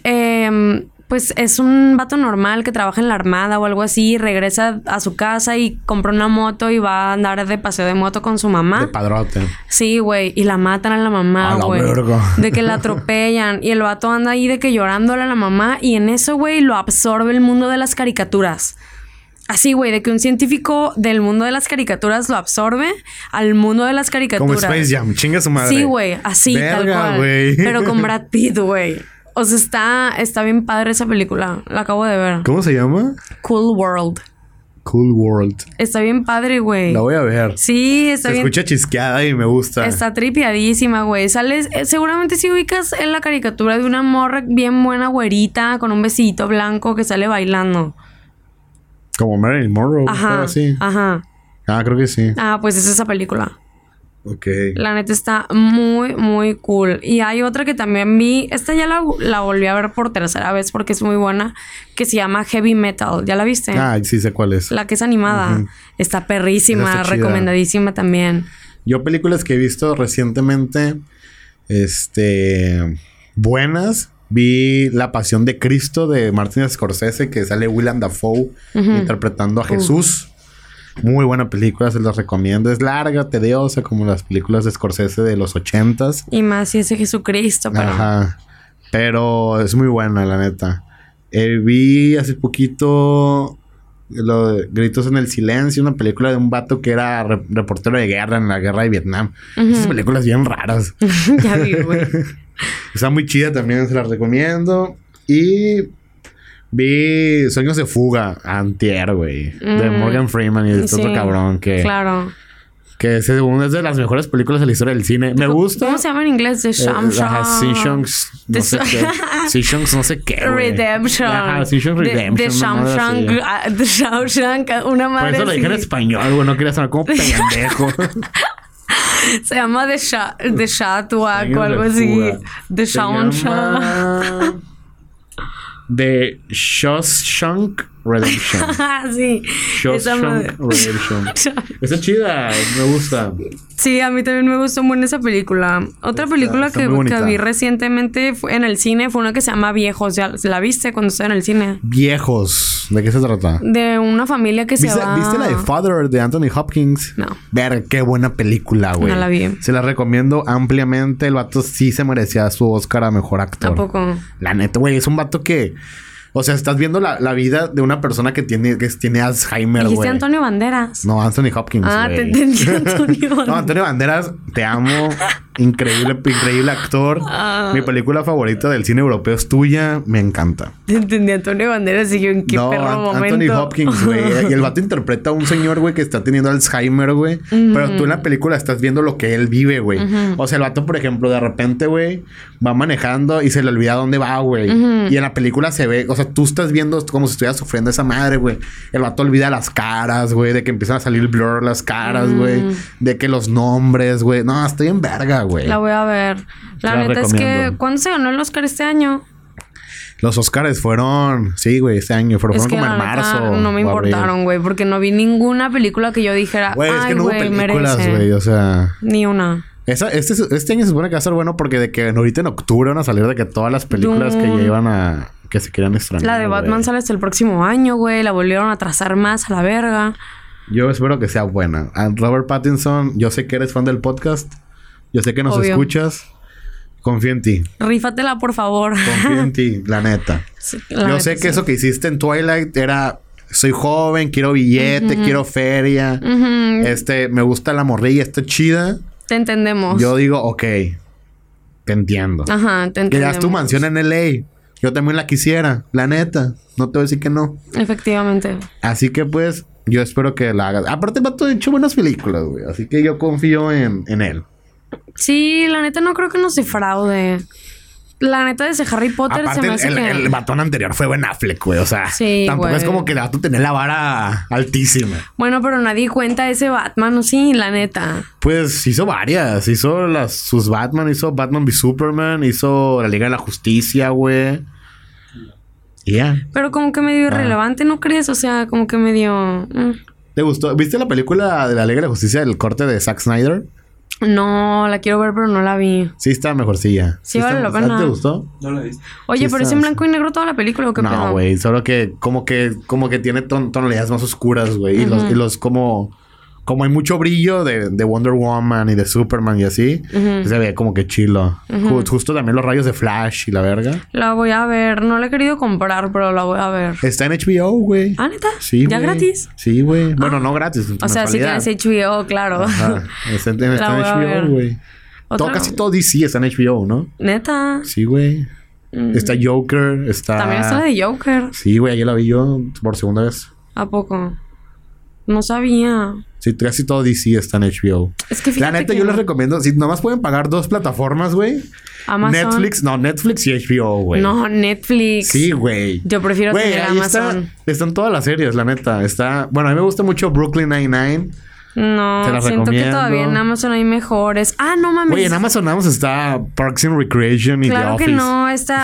pues es un vato normal que trabaja en la armada o algo así. Regresa a su casa y compra una moto y va a andar de paseo de moto con su mamá. De padrote. Sí, güey. Y la matan a la mamá, güey. De que la atropellan. Y el vato anda ahí de que llorándole a la mamá. Y en eso, güey, lo absorbe el mundo de las caricaturas. Así, güey, de que un científico del mundo de las caricaturas lo absorbe al mundo de las caricaturas. Como Space Jam. Chinga su madre. Sí, güey. Así, verga, tal cual. Güey. Pero con Brad Pitt, güey. O sea, está bien padre esa película. La acabo de ver. ¿Cómo se llama? Cool World. Cool World. Está bien padre, güey. La voy a ver. Sí, está bien. Se escucha chisqueada y me gusta. Está tripiadísima, güey. Sales... seguramente si ubicas en la caricatura de una morra bien buena, güerita, con un besito blanco que sale bailando. Como Marilyn Monroe. Ajá. Así. Ajá. Ah, creo que sí. Ah, pues es esa película. Ok. La neta está muy, muy cool. Y hay otra que también vi. Esta ya la volví a ver por tercera vez porque es muy buena. Que se llama Heavy Metal. ¿Ya la viste? Ah, sí sé cuál es. La que es animada. Está perrísima. Está recomendadísima también. Yo películas que he visto recientemente... buenas. Vi La Pasión de Cristo de Martin Scorsese. Que sale Willem Dafoe interpretando a Jesús. Muy buena película, se las recomiendo. Es larga, tediosa, como las películas de Scorsese de los 80s. Y más si ese Jesucristo, pero... Ajá. Pero es muy buena, la neta. Vi hace poquito lo de Gritos en el Silencio, una película de un vato que era reportero de guerra en la guerra de Vietnam. Esas películas bien raras. Ya vi, güey. Está muy chida también, se las recomiendo. Y... vi Sueños de Fuga, antier, güey. De Morgan Freeman y de otro cabrón que... Claro. Que según es de las mejores películas de la historia del cine. Me gusta. ¿Cómo se llama en inglés? The Shawshanks... no sé qué. Shawshanks no sé qué, güey. Redemption. Ajá, Shawshanks Redemption. The Shawshank. Una madre. Por eso lo dije en español, güey. No quería sonar como pendejo. Se llama The Shatwalk o algo así. The Shawshank. De Shawshank Redemption. Sí. Shawshank Redemption. Está chida, me gusta. Sí, a mí también me gustó mucho esa película. Otra película que vi recientemente en el cine fue una que se llama Viejos. ¿Ya la viste cuando estaba en el cine? Viejos. ¿De qué se trata? De una familia que se va... ¿Viste la de Father de Anthony Hopkins? No. Ver, qué buena película, güey. No la vi. Se la recomiendo ampliamente. El vato sí se merecía su Oscar a Mejor Actor. ¿A poco? La neta, güey. Es un vato que... O sea, estás viendo la vida de una persona que tiene Alzheimer, güey. ¿Dijiste Antonio Banderas? No, Anthony Hopkins, te entendí, Antonio Banderas. No, Antonio Banderas, te amo. Increíble actor. Mi película favorita del cine europeo es tuya. Me encanta. Te entendí Antonio Banderas y yo en qué perro momento. Anthony Hopkins, güey. Y el vato interpreta a un señor, güey, que está teniendo Alzheimer, güey. Pero tú en la película estás viendo lo que él vive, güey. O sea, el vato, por ejemplo, de repente, güey, va manejando y se le olvida dónde va, güey. Y en la película se ve... O sea, tú estás viendo como si estuviera sufriendo esa madre, güey. El vato olvida las caras, güey. De que empiezan a salir blur las caras, güey. De que los nombres, güey. No, estoy en verga, güey. La voy a ver. La neta es que... ¿Cuándo se ganó el Oscar este año? Los Oscars fueron... Sí, güey, este año. Pero fueron como en marzo. No me importaron, güey. Porque no vi ninguna película que yo dijera... Güey, es que no hubo películas, güey. O sea... Ni una. Este año se supone que va a ser bueno porque de que ahorita en octubre van a salir de que todas las películas que ya iban a... Que se querían estrenar. La de Batman sale hasta el próximo año, güey. La volvieron a trazar más a la verga. Yo espero que sea buena. Robert Pattinson, yo sé que eres fan del podcast. Yo sé que nos escuchas. Confío en ti. Rífatela, por favor. Confío en ti, la neta. Sí, yo sé que eso que hiciste en Twilight era... Soy joven, quiero billete, quiero feria. Me gusta la morrilla, está chida. Te entendemos. Yo digo, ok. Te entiendo. Ajá, te entendemos. Quedas tu mansión en LA. Yo también la quisiera. La neta. No te voy a decir que no. Efectivamente. Así que pues... Yo espero que la hagas. Aparte, el vato ha hecho buenas películas, güey. Así que yo confío en él. Sí, la neta no creo que nos defraude. La neta de ese Harry Potter aparte, se me hace el batón anterior fue Ben Affleck, güey. O sea, sí, tampoco güey. Es como que el vato tenía la vara altísima. Bueno, pero nadie cuenta ese Batman, ¿no? Sí, la neta. Pues hizo varias. Hizo sus Batman. Hizo Batman v Superman. Hizo la Liga de la Justicia, güey. Yeah. Pero como que medio irrelevante, ¿no crees? O sea, como que medio... ¿Te gustó? ¿Viste la película de la Liga de la Justicia del corte de Zack Snyder? No, la quiero ver, pero no la vi. Sí, está mejorcilla. Sí, vale la pena. ¿Te gustó? No la viste. Oye, Sí, pero es en blanco y negro toda la película, ¿o qué pedo? No, güey. Solo que como que tiene tonalidades más oscuras, güey. Y los como hay mucho brillo de Wonder Woman y de Superman y así. Se ve como que chilo. Justo también los rayos de Flash y la verga. La voy a ver. No la he querido comprar, pero la voy a ver. Está en HBO, güey. ¿Ah, neta? Sí, ¿Ya güey. gratis? Sí, güey. Bueno, no gratis. O sea, si tienes HBO, claro. Ajá. Está en HBO, güey. Casi todo DC está en HBO, ¿no? ¿Neta? Sí, güey. Está Joker, está... También está la de Joker. Sí, güey. Ayer la vi yo por segunda vez. ¿A poco? No sabía. Sí, casi todo DC está en HBO. Es que fíjate la neta, que yo no. les recomiendo... Si nomás pueden pagar 2 plataformas, güey. Amazon. Netflix y HBO, güey. No, Netflix. Sí, güey. Yo prefiero güey, tener ahí Amazon. Están todas las series, la neta. Bueno, a mí me gusta mucho Brooklyn Nine-Nine. No, Te la siento que recomiendo. todavía en Amazon hay mejores. Ah, no mames. Güey, en Amazon está Parks and Recreation y The Claro Office. que no,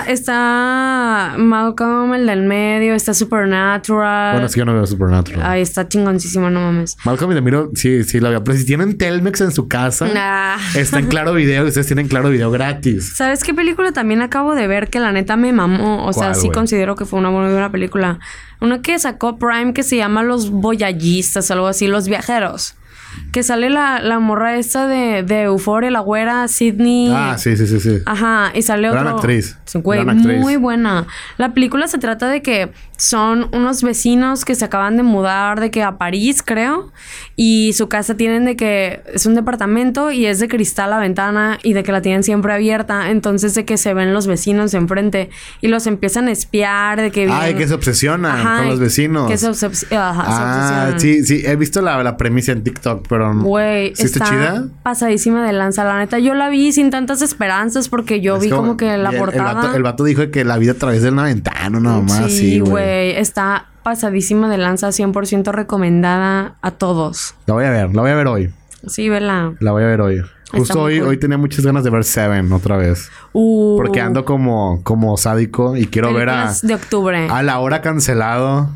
está Malcolm, el del medio, está Supernatural. Bueno, es que yo no veo Supernatural. Ay, está chingoncísimo, no mames. Malcolm y the Middle, sí la veo. Pero si tienen Telmex en su casa, Nah. está en Claro Video y ustedes tienen Claro Video gratis. ¿Sabes qué película también acabo de ver que la neta me mamó? O sea, ¿Cuál, sí güey? considero que fue una muy buena película. Una que sacó Prime que se llama Los Voyallistas, algo así, Los Viajeros. Que sale la morra esta de Euphoria, la güera, Sydney. Ah, sí. Ajá, y sale Gran otro... actriz. Güey, Gran actriz. muy buena. La película se trata de que son unos vecinos que se acaban de mudar de que a París, creo. Y su casa tienen de que... Es un departamento y es de cristal la ventana y de que la tienen siempre abierta. Entonces de que se ven los vecinos enfrente y los empiezan a espiar, de que... Ay, que se obsesionan Ajá, con los vecinos. Que se obsesionan. Sí. He visto la premisa en TikTok, pero... Güey, ¿Sí está chida? pasadísima de lanza. La neta, yo la vi sin tantas esperanzas porque yo vi como que la portada... El vato dijo que la vida a través de una ventana, nada más. Sí, güey. Está pasadísima de lanza, 100% recomendada a todos. La voy a ver hoy. Sí, vela. La voy a ver hoy. Justo muy cool. hoy tenía muchas ganas de ver Seven otra vez. Porque ando como sádico y quiero ver películas de octubre. a la hora cancelado.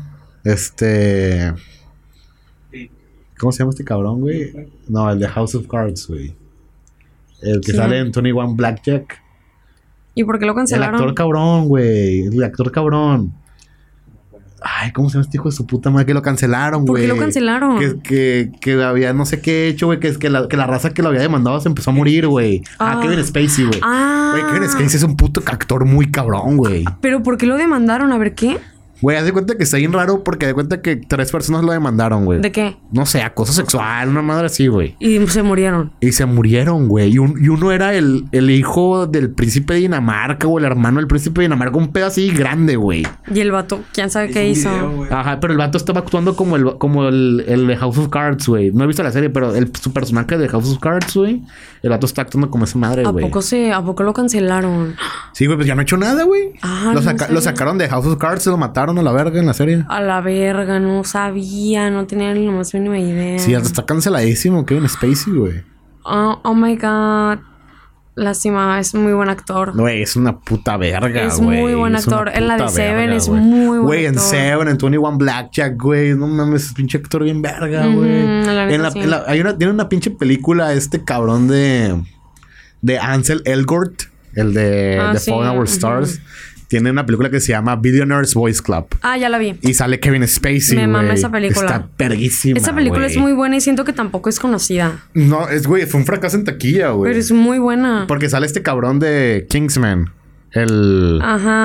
¿Cómo se llama este cabrón, güey? No, el de House of Cards, güey. El que Sí. sale en 21 Blackjack. ¿Y por qué lo El cancelaron? actor cabrón, güey. El actor cabrón. Ay, ¿cómo se llama este hijo de su puta madre? Que lo cancelaron, ¿Por güey. qué lo cancelaron? Que había no sé qué hecho, güey. Que la raza que lo había demandado se empezó a morir, güey. Kevin Spacey, güey. Güey, Kevin Spacey es un puto actor muy cabrón, güey. ¿Pero por qué lo demandaron? A ver, ¿qué? Güey, haz de cuenta que está bien raro porque haz de cuenta que 3 personas lo demandaron, güey. ¿De qué? No sé, acoso sexual, una madre así, güey. Y se murieron. Y se murieron, güey. Y uno era el hijo del príncipe de Dinamarca, o el hermano del príncipe de Dinamarca. Un pedo así grande, güey. Y el vato, quién sabe qué hizo. Ajá, pero el vato estaba actuando como el de House of Cards, güey. No he visto la serie, pero su personaje de House of Cards, güey. El vato está actuando como esa madre, güey. ¿A poco lo cancelaron? Sí, güey, pues ya no ha hecho nada, güey. Ah, lo sacaron de House of Cards, se lo mataron a la verga en la serie. A la verga, no sabía, no tenía ni la más mínima idea. Sí, hasta está canceladísimo Kevin Spacey, güey. Oh my God. Lástima, es muy buen actor. Güey, es una puta verga, güey. Es muy buen actor. En la de Seven es muy buen actor. Güey, en Seven, en 21 Blackjack, güey. No mames, es pinche actor bien verga, güey. Tiene una pinche película, este cabrón de Ansel Elgort, el de The Fallen Our Stars. Tiene una película que se llama Billionaire's Boys Club. Ah, ya la vi. Y sale Kevin Spacey, me mama esa película. Está perguísima, esa película es muy buena y siento que tampoco es conocida. No, fue un fracaso en taquilla, güey. Pero es muy buena. Porque sale este cabrón de Kingsman. El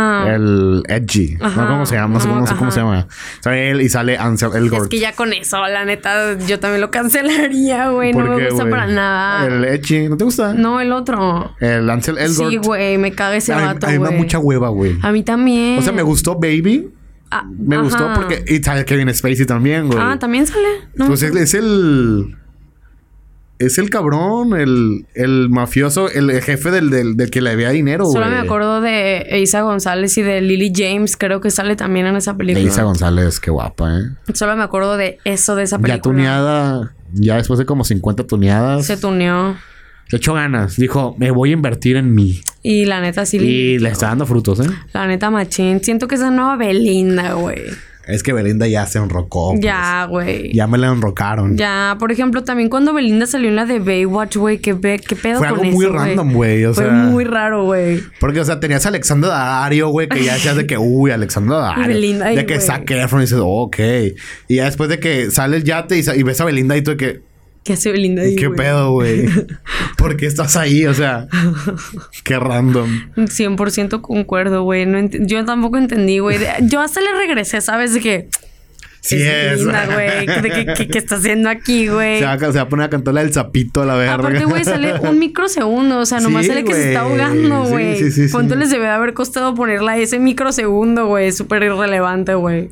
Edgy. Ajá. No, ¿cómo se llama? No sé cómo se llama. Sale él y sale Ansel Elgort. Es que ya con eso, la neta, yo también lo cancelaría, güey. No me gusta para nada. El Edgy, ¿no te gusta? No, el otro. El Ansel Elgort. Sí, güey, me caga ese vato, güey. A mí me da mucha hueva, güey. A mí también. O sea, me gustó Baby. Me gustó porque... Y sale Kevin Spacey también, güey. Ah, ¿también sale? No. Pues es el... Es el cabrón, el mafioso, el jefe del que le debía dinero, güey. Solo me acuerdo de Eiza González y de Lily James. Creo que sale también en esa película. Eiza González, qué guapa, ¿eh? Solo me acuerdo de eso, de esa película. Ya tuneada, ya después de como 50 tuneadas. Se tuneó. Le echó ganas. Dijo, me voy a invertir en mí. Y la neta sí. Y le está dando frutos, ¿eh? La neta machín. Siento que es la nueva Belinda, güey. Es que Belinda ya se enrocó. Pues. Ya, güey. Ya me la enrocaron. Ya, por ejemplo, también cuando Belinda salió en la de Baywatch, güey, ¿qué pedo con eso? Fue algo muy random, güey. O sea, fue muy raro, güey. Porque, o sea, tenías a Alexandra Daddario, güey, que ya decías de que, Alexandra Daddario. Y Belinda ahí, de que Zac Efron y dices, ok. Y ya después de que sale el yate y ves a Belinda y tú de que... ¿Qué hace Belinda ahí, ¿Qué pedo, güey? ¿Por qué estás ahí? O sea, qué random. 100% concuerdo, güey. Yo tampoco entendí, güey. Yo hasta le regresé, ¿sabes? De que... Sí es. Belinda, güey. ¿Qué está haciendo aquí, güey? Se va a poner a cantar la del sapito a la verga. Aparte, güey, sale un microsegundo. O sea, nomás sale que se está ahogando, güey. Sí. ¿Cuánto les debe haber costado ponerla ese microsegundo, güey? Súper irrelevante, güey.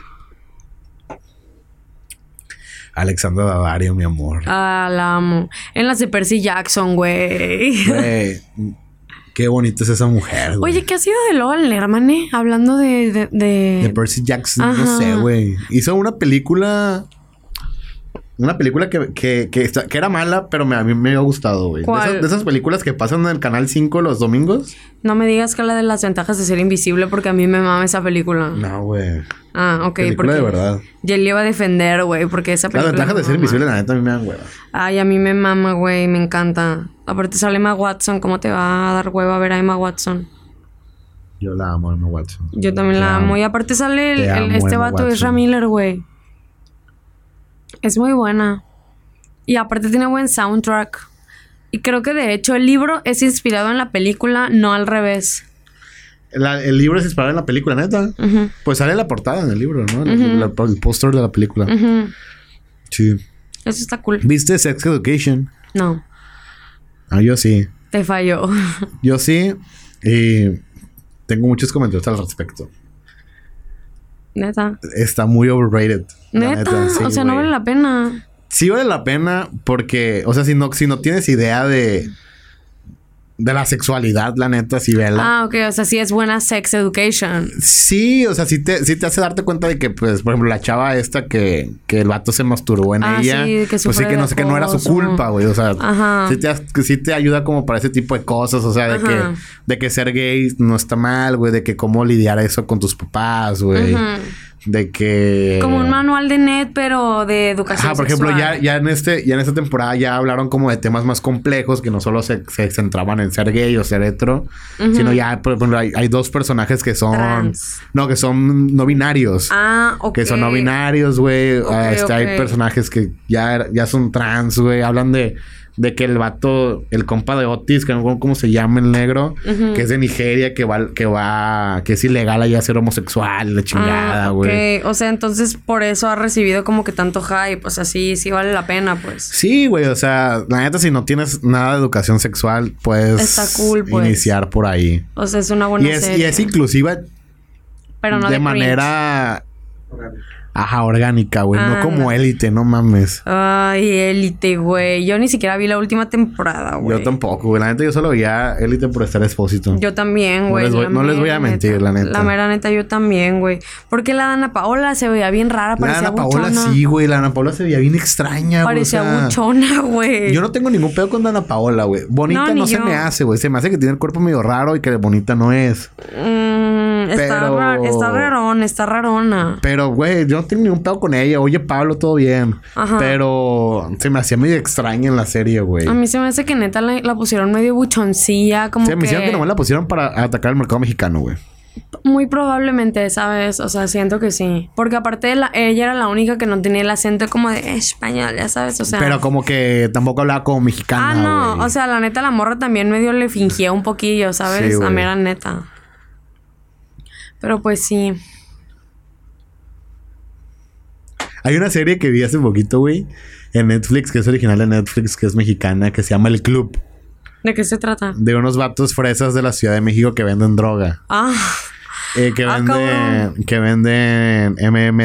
Alexandra Daddario, mi amor. Ah, la amo. En las de Percy Jackson, güey. Güey, qué bonita es esa mujer, güey. Oye, ¿qué ha sido de Logan Lerman, hablando de Percy Jackson, Ajá. no sé, güey. Hizo una película... Una película que era mala, pero a mí me había gustado, güey. ¿Cuál? De esas películas que pasan en el Canal 5 los domingos. No me digas que la de las ventajas de ser invisible, porque a mí me mama esa película. No, güey. Ah, ok. Película de verdad. Y él le iba a defender, güey, porque esa película... Las ventajas de ser invisible, la neta, a mí me dan hueva. Ay, a mí me mama, güey, me encanta. Aparte sale Emma Watson, ¿cómo te va a dar hueva ver a Emma Watson? Yo la amo, Emma Watson. Yo también la amo. Y aparte sale este vato, Ezra Miller, güey. Es muy buena. Y aparte tiene buen soundtrack. Y creo que de hecho el libro es inspirado en la película, no al revés. El libro es inspirado en la película, neta. Uh-huh. Pues sale la portada en el libro, ¿no? Uh-huh. El póster de la película. Uh-huh. Sí. Eso está cool. ¿Viste Sex Education? No. Ah, yo sí. Te falló. Yo sí. Y tengo muchos comentarios al respecto. Neta. Está muy overrated. Neta. Sí, o sea, no vale la pena. Sí vale la pena porque... O sea, si no tienes idea de la sexualidad, la neta, sí vela. Ah, ok. O sea, sí es buena sex education. Sí, o sea, sí te hace darte cuenta de que, pues, por ejemplo, la chava esta que el vato se masturbó en ella. Sí, que pues sí que no sé, que no era su culpa, güey. O sea, sí te ayuda como para ese tipo de cosas. O sea, de que ser gay no está mal, güey. De que cómo lidiar eso con tus papás, güey. De que... Como un manual de net, pero de educación por ejemplo, sexual. ya en esta temporada ya hablaron como de temas más complejos que no solo se centraban en ser gay o ser hetero, sino ya, por ejemplo, hay dos personajes que son... Trans. No, que son no binarios. Ah, ok. Que son no binarios, güey. Okay. Hay personajes que ya son trans, güey. Hablan de De que el vato, el compa de Otis, que no sé cómo se llama el negro, que es de Nigeria, que es ilegal allá ser homosexual, la chingada, güey. Ok, o sea, entonces por eso ha recibido como que tanto hype, o sea, sí vale la pena, pues. Sí, güey, o sea, la neta, si no tienes nada de educación sexual, puedes está cool, pues. Iniciar por ahí. O sea, es una buena serie. Y es inclusiva, pero no de manera... Ajá, orgánica, güey. No como Élite, no mames. Ay, Élite, güey. Yo ni siquiera vi la última temporada, güey. Yo tampoco, güey. La neta, yo solo veía Élite por estar Expósito. Yo también, güey. No les voy a mentir, la neta. La mera neta, yo también, güey. Porque la Dana Paola se veía bien rara, parecía buchona. La Dana Paola sí, güey. La Dana Paola se veía bien extraña, güey. Parecía buchona, güey. Yo no tengo ningún pedo con Dana Paola, güey. Bonita no se me hace, güey. Se me hace que tiene el cuerpo medio raro y que bonita no es. Está rarona. Pero, güey, yo no tengo ningún pedo con ella. Oye, Pablo, todo bien. Ajá. Pero se me hacía medio extraña en la serie, güey. A mí se me hace que neta la pusieron medio buchoncilla, como que... me hicieron que nomás la pusieron para atacar el mercado mexicano, güey. Muy probablemente, ¿sabes? O sea, siento que sí. Porque aparte ella era la única que no tenía el acento como de español, ya sabes, o sea... Pero como que tampoco hablaba como mexicana, no. güey. O sea, la neta, la morra también medio le fingía un poquillo, ¿sabes? Sí, la mera neta. Pero pues sí. Hay una serie que vi hace poquito, güey, en Netflix, que es original de Netflix, que es mexicana, que se llama El Club. ¿De qué se trata? De unos vatos fresas de la Ciudad de México que venden droga. Que venden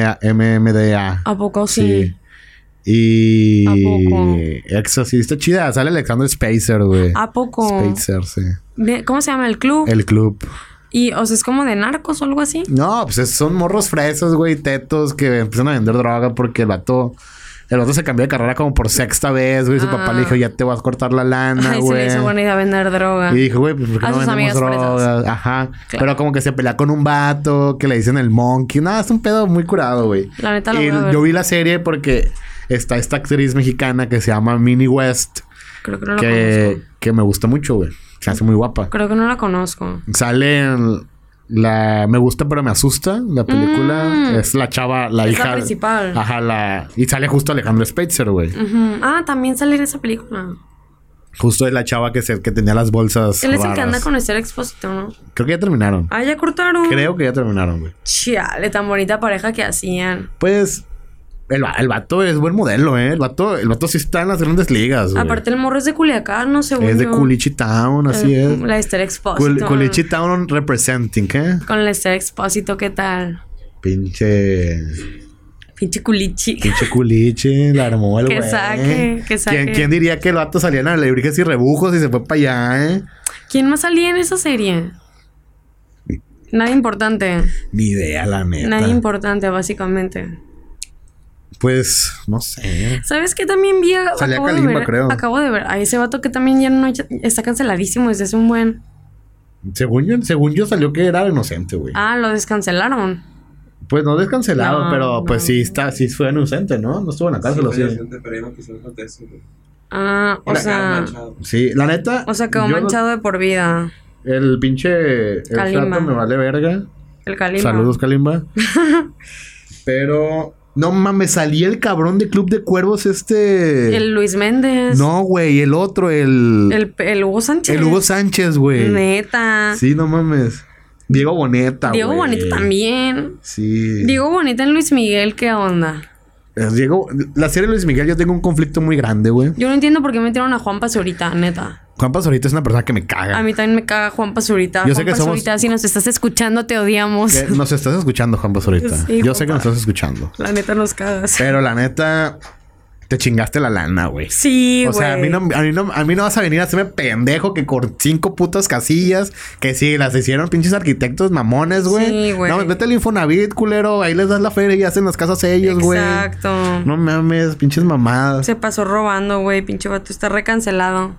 MMDA. ¿A poco sí? Y... ¿A poco? Exorcista chida. Sale Alexander Spacer, güey. ¿A poco? Spacer, sí. ¿Cómo se llama? ¿El Club? El Club. Y, o sea, ¿es como de narcos o algo así? No, pues son morros fresas, güey, tetos que empiezan a vender droga porque el vato se cambió de carrera como por sexta vez, güey. Su papá le dijo, ya te vas a cortar la lana, güey. Ay, se le hizo buena idea vender droga. Y dijo, güey, pues ¿por qué no vendemos drogas? Ajá. Claro. Pero como que se pelea con un vato que le dicen el monkey. Nada, es un pedo muy curado, güey. La neta lo voy a ver. Yo vi la serie porque está esta actriz mexicana que se llama Minnie West. Creo que no la conozco. Que me gusta mucho, güey. Se hace muy guapa. Creo que no la conozco. Sale en... Me gusta pero me asusta. La película es la chava, la hija. La principal. Ajá, y sale justo Alejandro Spacer, güey. También sale en esa película. Justo es la chava que tenía las bolsas. Él es el que anda con Esther Expósito, ¿no? Creo que ya terminaron. ¿Ya cortaron? Creo que ya terminaron, güey. Chale, tan bonita pareja que hacían. Pues... El vato es buen modelo, ¿eh? El vato sí está en las grandes ligas, güey. Aparte, el morro es de Culiacán, no sé. Es de Culichi Town, así es. La Esther Expósito. Culichi Town representing, ¿qué? Con la Esther Expósito, ¿qué tal? Pinche Culichi. Pinche Culichi, la armó el güey. Que saque. ¿Quién diría que el vato salía en alebrijes y rebujos y se fue para allá, eh? ¿Quién más salía en esa serie? Nadie importante. Ni idea, la neta. Nadie importante, básicamente. Pues, no sé. ¿Sabes qué también vi? Salía Kalimba, creo. Acabo de ver a ese vato que también ya no está canceladísimo desde hace un buen... Según yo salió que era inocente, güey. Lo descancelaron. Pues no descancelado, pero pues sí fue inocente, ¿no? No estuvo en la cárcel, sí, fue inocente, pero no quiso dejar de eso, güey. O sea... Sí, la neta... O sea, quedó manchado de por vida. El pinche... El flato me vale verga. El Kalimba. Saludos, Kalimba. Pero... No mames, salía el cabrón de Club de Cuervos El Luis Méndez. No, güey, el otro, el Hugo Sánchez. El Hugo Sánchez, güey. Neta. Sí, no mames. Diego Boneta, güey. Diego Boneta también. Sí. Diego Boneta en Luis Miguel, ¿qué onda? La serie de Luis Miguel yo tengo un conflicto muy grande, güey. Yo no entiendo por qué metieron a Juan Pazurita, neta. Juan Pazurita es una persona que me caga. A mí también me caga Juan Pazurita. Yo sé que Pazurita, si nos estás escuchando, te odiamos. Nos estás escuchando, Juan Pazurita. Sí, yo sé que nos estás escuchando. La neta nos cagas. Pero la neta... Te chingaste la lana, güey. Sí, güey. O sea, a mí no vas a venir a hacerme pendejo que con 5 putas casillas, que sí, las hicieron pinches arquitectos mamones, güey. Sí, güey. No, vete al Infonavit, culero. Ahí les das la feria y hacen las casas ellos, güey. Exacto. No mames, pinches mamadas. Se pasó robando, güey. Pinche vato está recancelado.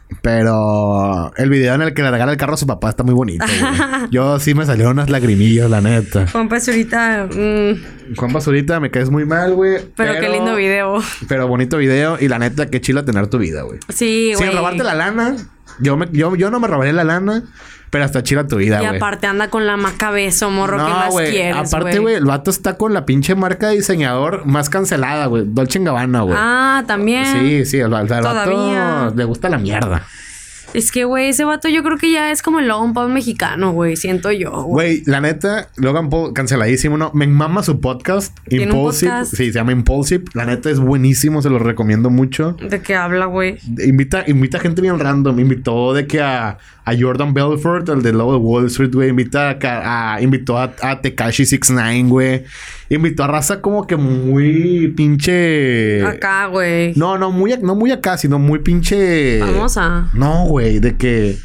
Pero el video en el que le regala el carro a su papá está muy bonito, güey. Yo sí me salieron unas lagrimillas, la neta. Juan Pazurita... Juan Pazurita, me caes muy mal, güey. Pero qué lindo video. Pero bonito video. Y la neta, qué chila tener tu vida, güey. Sí, güey. Sin robarte la lana. Yo no me robaría la lana, pero hasta chila tu vida, Y güey. aparte anda con la macabezo, morro. ¿Qué más quieres, aparte, güey, el vato está con la pinche marca de diseñador más cancelada, güey. Dolce & Gabbana, güey. Ah, también. Sí, el vato Todavía. le gusta la mierda. Es que, güey, ese vato yo creo que ya es como el Logan Paul mexicano, güey. Siento yo, güey. Güey, la neta, Logan Paul, canceladísimo, ¿no? Me mama su podcast. ¿Tiene un Impulsive. podcast? Sí, se llama Impulsive. La neta es buenísimo, se lo recomiendo mucho. ¿De qué habla, güey? Invita gente bien random. Invitó de que a Jordan Belfort, el de Lobo de Wall Street, güey. Invitó a Tekashi 69, güey. Invitó a raza como que muy pinche... Acá, güey. No muy acá, sino muy pinche... Famosa. No, güey, de que...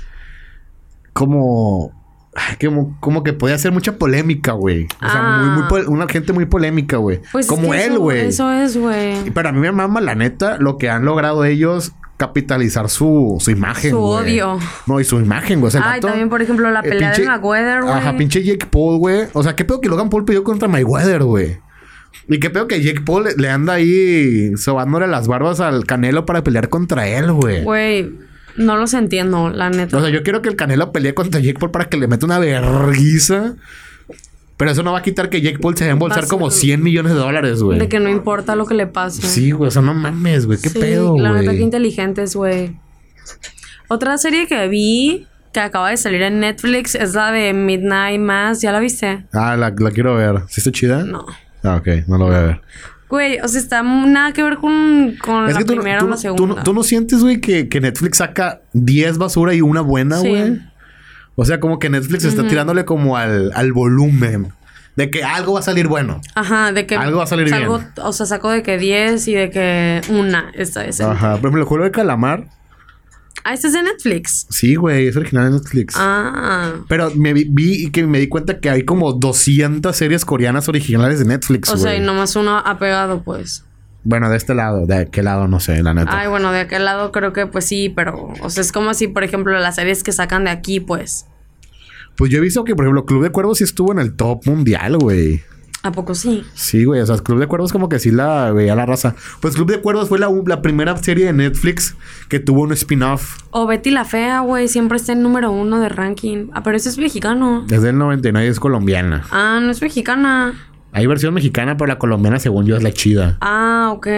Como que podía hacer mucha polémica, güey. O sea, una gente muy polémica, güey. Pues como es que él, güey. Eso es, güey. Pero a mí me mama, la neta, lo que han logrado ellos capitalizar su imagen, Su güey. odio. No, y su imagen, güey. O sea, el Ay, vato, también, por ejemplo, la pelea de Mayweather, güey. Ajá, pinche Jake Paul, güey. O sea, ¿qué pedo que Logan Paul pidió contra Mayweather, güey? Y qué pedo que Jake Paul le anda ahí sobándole las barbas al Canelo para pelear contra él, güey. Güey, no los entiendo, la neta. O sea, yo quiero que el Canelo pelee contra Jake Paul para que le meta una verguiza. Pero eso no va a quitar que Jake Paul se va a embolsar como 100 millones de dólares, güey. De que no importa lo que le pase. Sí, güey. O sea, no mames, güey. ¿Qué Sí, pedo, güey? la neta, qué inteligentes, güey. Otra serie que vi que acaba de salir en Netflix es la de Midnight Mass. ¿Ya la viste? Ah, la quiero ver. ¿Sí está chida? No. Ah, ok. No la voy a ver. Güey, o sea, está nada que ver con Es la que primera o la segunda. tú no sientes, güey, que Netflix saca 10 basura y una buena, Sí. güey. O sea, como que Netflix está tirándole como al volumen. De que algo va a salir bueno. Ajá, de que... Algo va a salir bien. O sea, saco de que 10 y de que una esta vez. Ajá. Por ejemplo, el juego de calamar. Ah, este es de Netflix. Sí, güey. Es original de Netflix. Ah. Pero me vi y que me di cuenta que hay como 200 series coreanas originales de Netflix, O güey. sea, y nomás uno ha pegado, pues. Bueno, de este lado. ¿De qué lado? No sé, la neta. Ay, bueno, de aquel lado creo que pues sí, pero... O sea, es como si, por ejemplo, las series que sacan de aquí, pues... Pues yo he visto que, por ejemplo, Club de Cuervos sí estuvo en el top mundial, güey. ¿A poco sí? Sí, güey. O sea, Club de Cuervos como que sí la veía la raza. Pues Club de Cuervos fue la primera serie de Netflix que tuvo un spin-off. O Betty la Fea, güey. Siempre está en número 1 de ranking. Ah, pero ese es mexicano. Desde el 99 es colombiana. Ah, no es mexicana. Hay versión mexicana, pero la colombiana, según yo, es la chida. Ah, ok.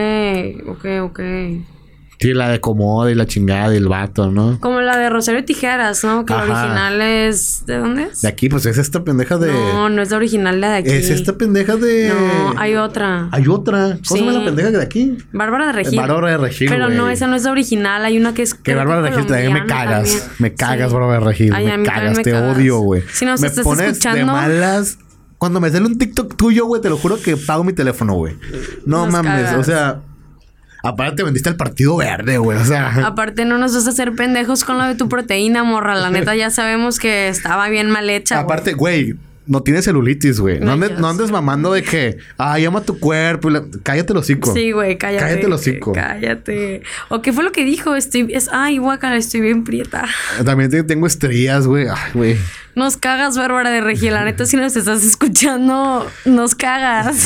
Sí, la de Comoda y la chingada y el vato, ¿no? Como la de Rosario Tijeras, ¿no? Que la Ajá. original es... ¿De dónde es? De aquí, pues es esta pendeja de... No es la original la de aquí. Es esta pendeja de... No, hay otra. Hay otra. ¿Cómo se llama Sí. la pendeja de aquí? Bárbara de Regil. Bárbara de Regil, Pero güey. no, esa no es la original. Hay una que es... Que creo Bárbara de Regil también me colombiana cagas. también. Me cagas, Sí. Bárbara de Regil. Ay, a Me mí cagas, también te me cagas. odio, güey. Si nos me estás pones de escuchando- malas. Cuando me sale un TikTok tuyo, güey, te lo juro que pago mi teléfono, güey. No Nos mames, cagas. o sea... Aparte vendiste al Partido Verde, güey. O sea... Aparte, no nos vas a hacer pendejos con lo de tu proteína, morra. La neta, ya sabemos que estaba bien mal hecha. Aparte, güey, no tienes celulitis, güey. No, No, andes, yo no andes sé. mamando de que... Ay, ama tu cuerpo. Cállate el hocico. Sí, güey, cállate. Cállate el hocico. Cállate. ¿O qué fue lo que dijo? Ay, guácala, estoy bien prieta. También tengo estrías, güey. Ay, güey. Nos cagas, Bárbara de Regil. La neta, si nos estás escuchando, nos cagas.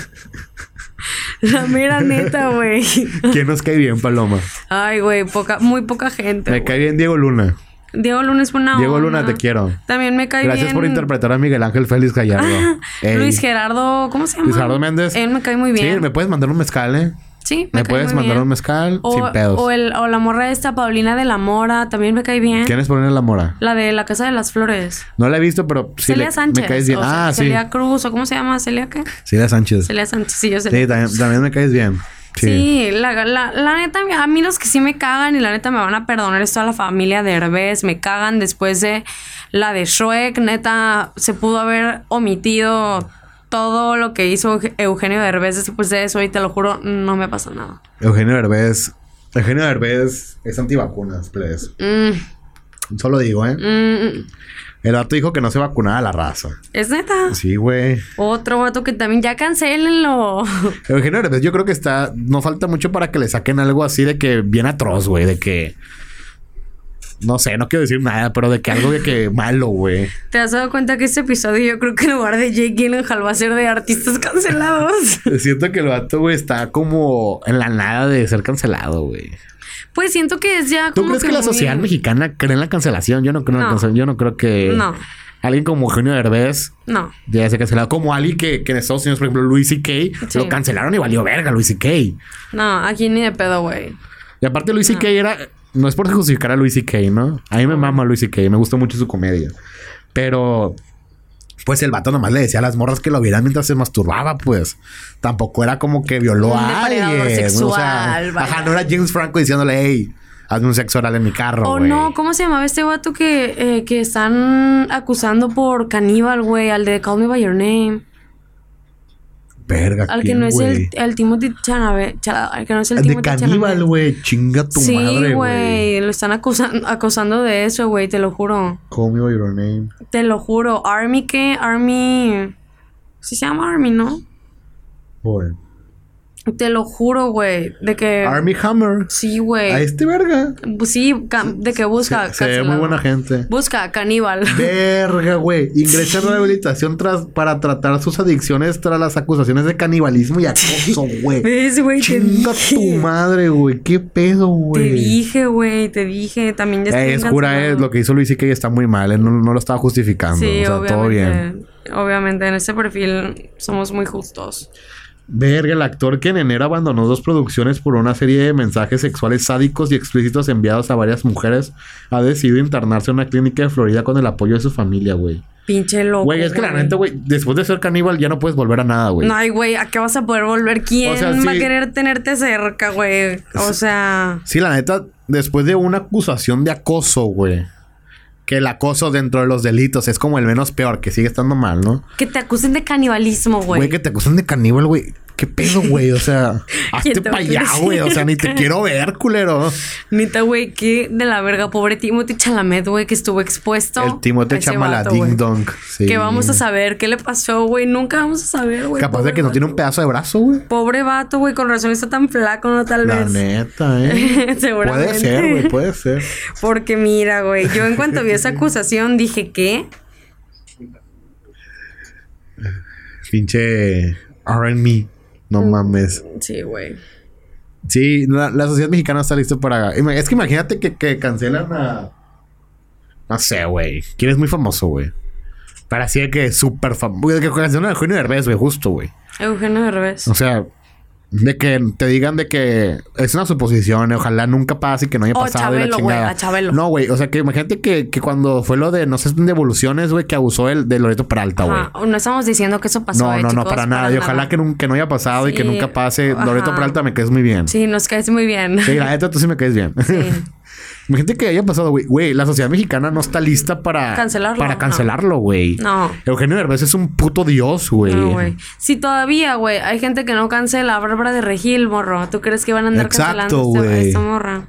La mera neta, güey. ¿Quién nos cae bien, Paloma? Ay, güey, muy poca gente. Me güey. cae bien Diego Luna. Diego Luna es buena Diego onda. Luna, te quiero. También me cae bien. Gracias por interpretar a Miguel Ángel Félix Gallardo. Ey. Luis Gerardo, ¿cómo se llama? Luis Gerardo Méndez. Él me cae muy bien. Sí, me puedes mandar un mezcal, ¿eh? Sí, Me cae puedes muy mandar bien. un mezcal sin pedos. O la morra esta, Paulina de la Mora, también me cae bien. ¿Quién es Paulina la Mora? La de la Casa de las Flores. No la he visto, pero sí Celia Sánchez. me caes bien. o sea, Ah, sí. Celia Cruz, o ¿cómo se llama? ¿Celia qué? Celia Sánchez. Celia Sánchez, sí, yo sé. Sí, también me caes bien. Sí. Sí, la neta, a mí los que sí me cagan y la neta me van a perdonar es toda la familia de Derbez. Me cagan después de la de Shrek. Neta, se pudo haber omitido todo lo que hizo Eugenio Derbez después de eso y te lo juro, no me pasa nada. Eugenio Derbez es antivacunas, please. Solo digo, ¿eh? El vato dijo que no se vacunaba a la raza. ¿Es neta? Sí, güey. Otro vato que también ya cancélenlo. Eugenio Derbez yo creo que no falta mucho para que le saquen algo así de que bien atroz, güey. De que No sé, no quiero decir nada, pero de que algo de que malo, güey. ¿Te has dado cuenta que este episodio yo creo que en lugar de Jake Gyllenhaal va a ser de artistas cancelados? Siento que el vato, güey, está como en la nada de ser cancelado, güey. Pues siento que es ya ¿Tú como crees que la muy- sociedad mexicana cree en la cancelación? Yo no creo en la No. cancelación. Yo no creo que No. alguien como Eugenio Derbez No. ya se cancelado. Como alguien que en Estados Unidos, por ejemplo, Louis C.K. Sí. Lo cancelaron y valió verga Louis C.K. No, aquí ni de pedo, güey. Y aparte Louis C.K. era... No es por justificar a Louis C.K., ¿no? A mí me mama Louis C.K. Me gusta mucho su comedia. Pero... Pues el vato nomás le decía a las morras que lo vieran mientras se masturbaba, pues. Tampoco era como que violó Un a depredador alguien. sexual, vaya. ajá, no era James Franco diciéndole, hey, hazme un sexo oral en mi carro, O güey. no, ¿cómo se llamaba este vato que están acusando por caníbal, güey? Al de Call Me By Your Name. Verga, Al que ¿quién, no es güey? el Timothy Chalamet. Al que no es el El de Timothy caníbal, Chalamet. güey. Chinga tu Sí, madre, güey. güey. Lo están acusando de eso, güey. Te lo juro. Call me by your name. Te lo juro. Army, ¿qué? Army... Sí se llama Army, ¿no? Joder. Te lo juro, güey. De que... Army Hammer. Sí, güey. A este verga. Sí, de que busca... Se ve muy cancelado. buena gente. Busca caníbal. Verga, güey. Ingresa en rehabilitación para tratar sus adicciones tras las acusaciones de canibalismo y acoso, güey. ¿Ves, güey? Te Chinga dije. tu madre, güey. ¿Qué pedo, güey? Te dije, güey. Te dije. También ya está Es cura, lo que hizo Luis y que está muy mal. Él no lo estaba justificando. Sí, o sea, obviamente. todo bien. Obviamente, en este perfil somos muy justos. Verga, el actor que en enero abandonó 2 producciones por una serie de mensajes sexuales sádicos y explícitos enviados a varias mujeres ha decidido internarse en una clínica de Florida con el apoyo de su familia, güey. Pinche loco. Güey, es que la neta, güey, después de ser caníbal ya no puedes volver a nada, güey. No, ay, güey, ¿a qué vas a poder volver? ¿Quién O sea, va a sí. querer tenerte cerca, güey? O sea... Sí, la neta, después de una acusación de acoso, güey. Que el acoso dentro de los delitos es como el menos peor, que sigue estando mal, ¿no? Que te acusen de canibalismo, güey. Güey, que te acusan de caníbal, güey. ¿Qué pedo, güey? O sea, hazte te va para a allá, creer? güey. O sea, ni te quiero ver, culero. Neta, güey, que de la verga. Pobre Timothy Chalamet, güey, que estuvo expuesto. El Timote a ese Chamala vato, güey. Ding Dong. Sí. Que vamos a saber qué le pasó, güey. Nunca vamos a saber, güey. Capaz de Pobre que no tiene un vato. pedazo de brazo, güey. Pobre vato, güey. Con razón está tan flaco, ¿no? Tal La vez. neta, ¿eh? Seguramente. Puede ser, güey. Puede ser. Porque mira, güey. Yo en cuanto vi esa acusación dije, ¿qué? Pinche R&Me. No mames. Sí, güey. Sí, la sociedad mexicana está lista para... Es que imagínate que cancelan a... No sé, güey. ¿Quién es muy famoso, güey? Para así de que súper famoso. De que cancelan a Eugenio Derbez, güey. Justo, güey. Eugenio Derbez. O sea... De que te digan de que es una suposición, ojalá nunca pase y que no haya O pasado y la Chabelo, güey, chingada. a Chabelo. No, güey, o sea que imagínate que cuando fue lo de no sé devoluciones, güey, que abusó de Loreto Peralta, güey. Ajá. No estamos diciendo que eso pasó, No, no, chicos, para nada. Y ojalá que no haya pasado y que Sí, nunca pase. ajá. Loreto Peralta me caes muy bien. Sí, nos caes muy bien. Sí, la neta tú sí me caes bien. Sí. Imagínate que haya pasado, güey. Güey, la sociedad mexicana no está lista para cancelarlo, güey. No. Eugenio Derbez es un puto dios, güey. No, güey. Si todavía, güey, hay gente que no cancela a Bárbara de Regil, morro. ¿Tú crees que van a andar Exacto, cancelando a güey. esta morra?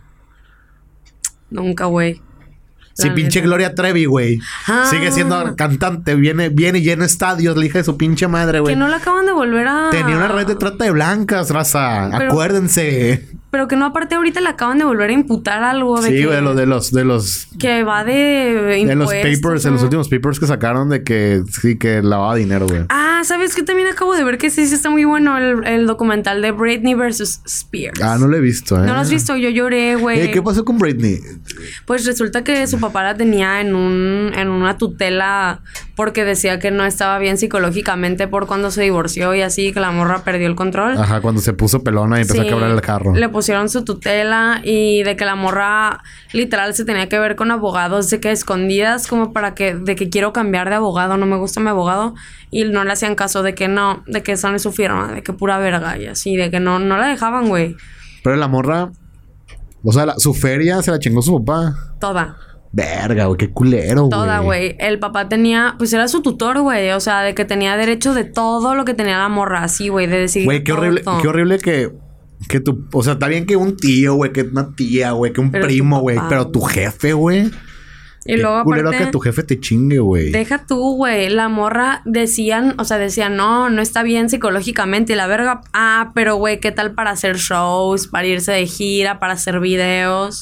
Nunca, güey. Sí, La pinche neta. Gloria Trevi, güey. Ah. Sigue siendo cantante. Viene y llena estadios. La hija de su pinche madre, güey. Que no la acaban de volver a... Tenía una red de trata de blancas, raza. Pero- Acuérdense. Pero que no, aparte ahorita le acaban de volver a imputar algo de Sí, que... güey, de los Que va de de los impuestos, papers, ¿no? de los últimos papers que sacaron de que sí, que lavaba dinero, güey. Ah, ¿sabes qué? También acabo de ver que sí está muy bueno el documental de Britney versus Spears. Ah, no lo he visto, ¿No lo has visto? Yo lloré, güey. ¿Qué pasó con Britney? Pues resulta que su papá la tenía en una tutela porque decía que no estaba bien psicológicamente por cuando se divorció y así, que la morra perdió el control. Ajá, cuando se puso pelona y empezó a Sí, quebrar el carro. Le pusieron su tutela y de que la morra literal se tenía que ver con abogados de que escondidas como para que de que quiero cambiar de abogado, no me gusta mi abogado y no le hacían caso de que no, de que esa no es su firma, de que pura verga y así, de que no la dejaban, güey. Pero la morra, o sea, su feria se la chingó su papá. Toda. Verga, güey, qué culero, güey. Toda, güey. El papá tenía, pues era su tutor, güey. O sea, de que tenía derecho de todo lo que tenía la morra, así, güey, de decidir. Güey, qué todo. horrible que tu... O sea, está bien que un tío, güey, que una tía, güey, que un Pero primo, tu güey. papá, Pero tu jefe, güey. Y Qué luego, culero aparte, que tu jefe te chingue, güey. deja tú, güey. La morra decían, no está bien psicológicamente. Y la verga, pero güey, ¿qué tal para hacer shows, para irse de gira, para hacer videos?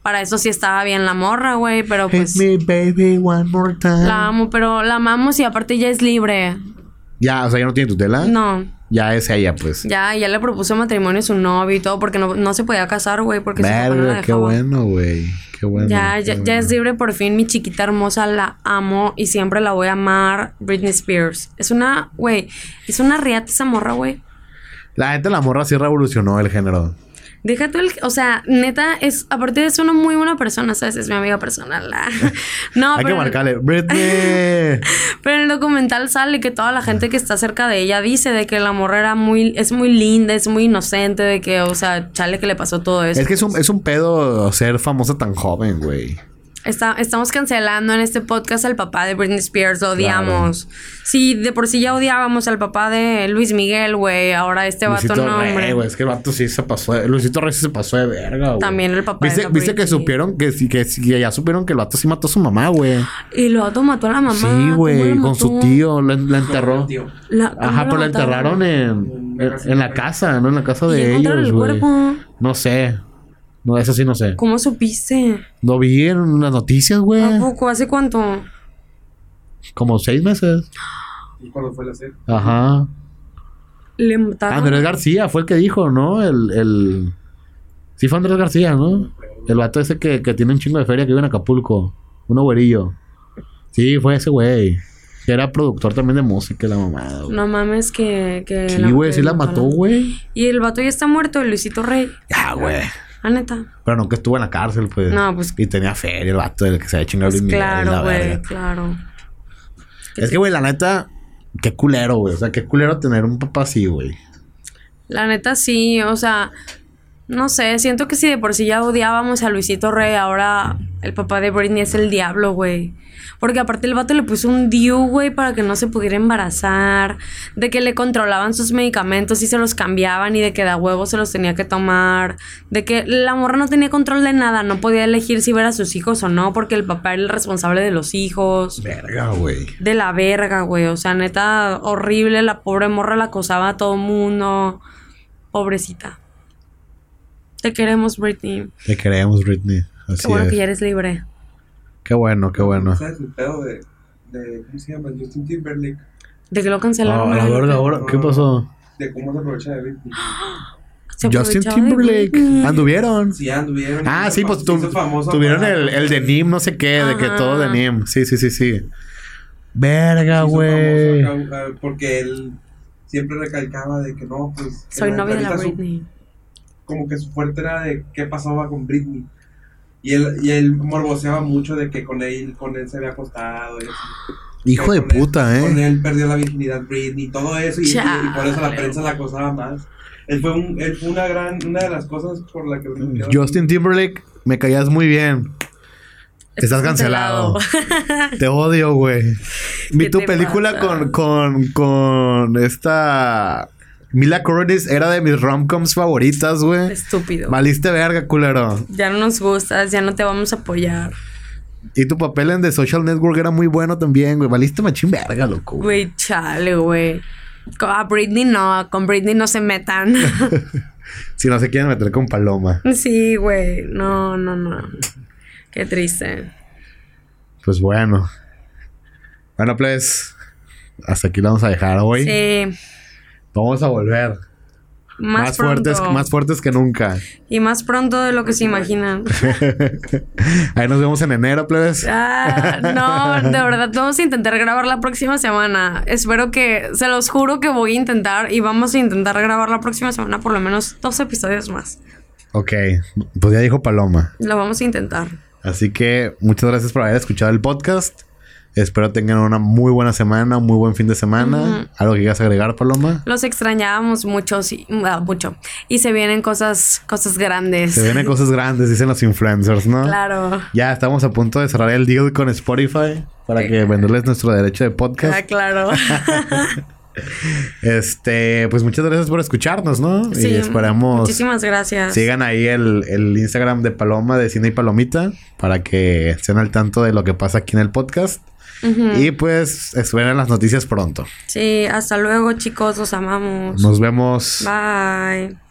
para eso sí estaba bien la morra, güey, pero pues... Hit me, baby, one more time. La amo, pero la amamos y aparte ya es libre. Ya, o sea, ¿ya no tiene tutela? No. Ya es ella, pues. Ya le propuso matrimonio a su novio y todo porque no se podía casar, güey, porque su papá no la Verga, dejaba. qué bueno, güey. Qué bueno. Ya es libre por fin, mi chiquita hermosa, la amo y siempre la voy a amar. Britney Spears. Es una riata esa morra, güey. La gente, la morra sí revolucionó el género. Déjate o sea, neta, aparte es una muy buena persona, ¿sabes? Es mi amiga personal. No, Hay pero que marcarle. ¡Britney! Pero en el documental sale que toda la gente que está cerca de ella dice de que la morra es muy linda, es muy inocente, de que, o sea, chale que le pasó todo eso. Es que es un pedo ser famosa tan joven, güey. Estamos cancelando en este podcast al papá de Britney Spears, lo odiamos. Claro. Sí, de por sí ya odiábamos al papá de Luis Miguel, güey. Ahora este Luisito vato no, Rey, hombre. Güey, es que el vato sí se pasó. Luisito Rey se pasó de verga, güey. También el papá de ¿Viste que supieron que ya supieron que el vato sí mató a su mamá, güey? Y el vato mató a la mamá. Sí, güey, con su tío. La enterró. Ajá, pero la enterraron en la casa, ¿no? En la casa de ellos, güey. No sé. No, eso sí no sé. ¿Cómo supiste? Lo vi en las noticias, güey. ¿A poco? ¿Hace cuánto? Como 6 meses. ¿Y cuándo fue la serie? Ajá. Le mataron. Andrés García fue el que dijo, ¿no? Sí fue Andrés García, ¿no? El vato ese que tiene un chingo de feria que vive en Acapulco. Uno güerillo. Sí, fue ese güey. Que era productor también de música, la mamada, güey. No mames que sí, güey, sí la mató, güey. Y el vato ya está muerto, el Luisito Rey. Ya, güey. La neta. Pero no que estuvo en la cárcel, pues. No, pues. Y tenía feria el vato del que se había chingado pues Luis Miguel. Claro, güey, claro. Es que, güey, la neta, qué culero, güey. O sea, qué culero tener un papá así, güey. La neta sí, o sea, no sé, siento que si de por sí ya odiábamos a Luisito Rey, ahora el papá de Britney es el diablo, güey. Porque aparte el vato le puso un DIU, güey, para que no se pudiera embarazar. De que le controlaban sus medicamentos y se los cambiaban y de que de a huevo se los tenía que tomar. De que la morra no tenía control de nada. No podía elegir si ver a sus hijos o no porque el papá era el responsable de los hijos. Verga, güey. De la verga, güey. O sea, neta, horrible. La pobre morra la acosaba a todo mundo. Pobrecita. Te queremos, Britney. Te queremos, Britney. Así Qué bueno es. que ya eres libre. Qué bueno, qué bueno. ¿Sabes el pedo de ¿cómo se llama? Justin Timberlake. ¿De que lo cancelaron? La verga, ahora, ¿qué pasó? De cómo se aprovecha de Britney. Justin Timberlake. ¿Anduvieron? Sí, anduvieron. Ah, sí, pues Se hizo famoso tuvieron para- el de NIM, no sé qué, de que Ajá. todo de NIM. Sí. Verga, se hizo güey. famoso acá, porque él siempre recalcaba de que no, pues. Soy en novia de la entrevista Britney. como que su fuerte era de qué pasaba con Britney. Y él morboseaba mucho de que con él se había acostado y así. Hijo de Con él- puta, Con él perdió la virginidad Britney, todo eso, y por eso la Chale. prensa la acosaba más. Él fue una de las cosas por la que Justin Timberlake, me caías muy bien. Estás cancelado. Te odio, güey. Vi ¿Qué tu te película pasa? con esta Mila Kunis, era de mis romcoms favoritas, güey. Estúpido. Valiste verga, culero. Ya no nos gustas, ya no te vamos a apoyar. Y tu papel en The Social Network era muy bueno también, güey. Valiste machín verga, loco. Güey, chale, güey. A Britney no, con Britney no se metan. Si no se quieren meter con Paloma. Sí, güey. No. Qué triste. Pues bueno. Bueno, pues, hasta aquí lo vamos a dejar hoy. Sí. Vamos a volver. Más pronto. Más fuertes que nunca. Y más pronto de lo que se imaginan. Ahí nos vemos en enero, plebes. No, de verdad, vamos a intentar grabar la próxima semana. Espero que, se los juro que voy a intentar y vamos a intentar grabar la próxima semana por lo menos 2 episodios más. Ok, pues ya dijo Paloma. Lo vamos a intentar. Así que muchas gracias por haber escuchado el podcast. Espero tengan una muy buena semana, un muy buen fin de semana. ¿Algo que quieras agregar, Paloma? Los extrañábamos mucho, sí, mucho. Y se vienen cosas grandes. Se vienen cosas grandes, dicen los influencers, ¿no? Claro. Ya estamos a punto de cerrar el deal con Spotify para que venderles nuestro derecho de podcast. Claro. Pues muchas gracias por escucharnos, ¿no? Sí, y esperamos muchísimas gracias. sigan ahí el Instagram de Paloma de Cine y Palomita para que estén al tanto de lo que pasa aquí en el podcast. Y pues esperen las noticias pronto. Sí, hasta luego, chicos. Los amamos. Nos vemos. Bye.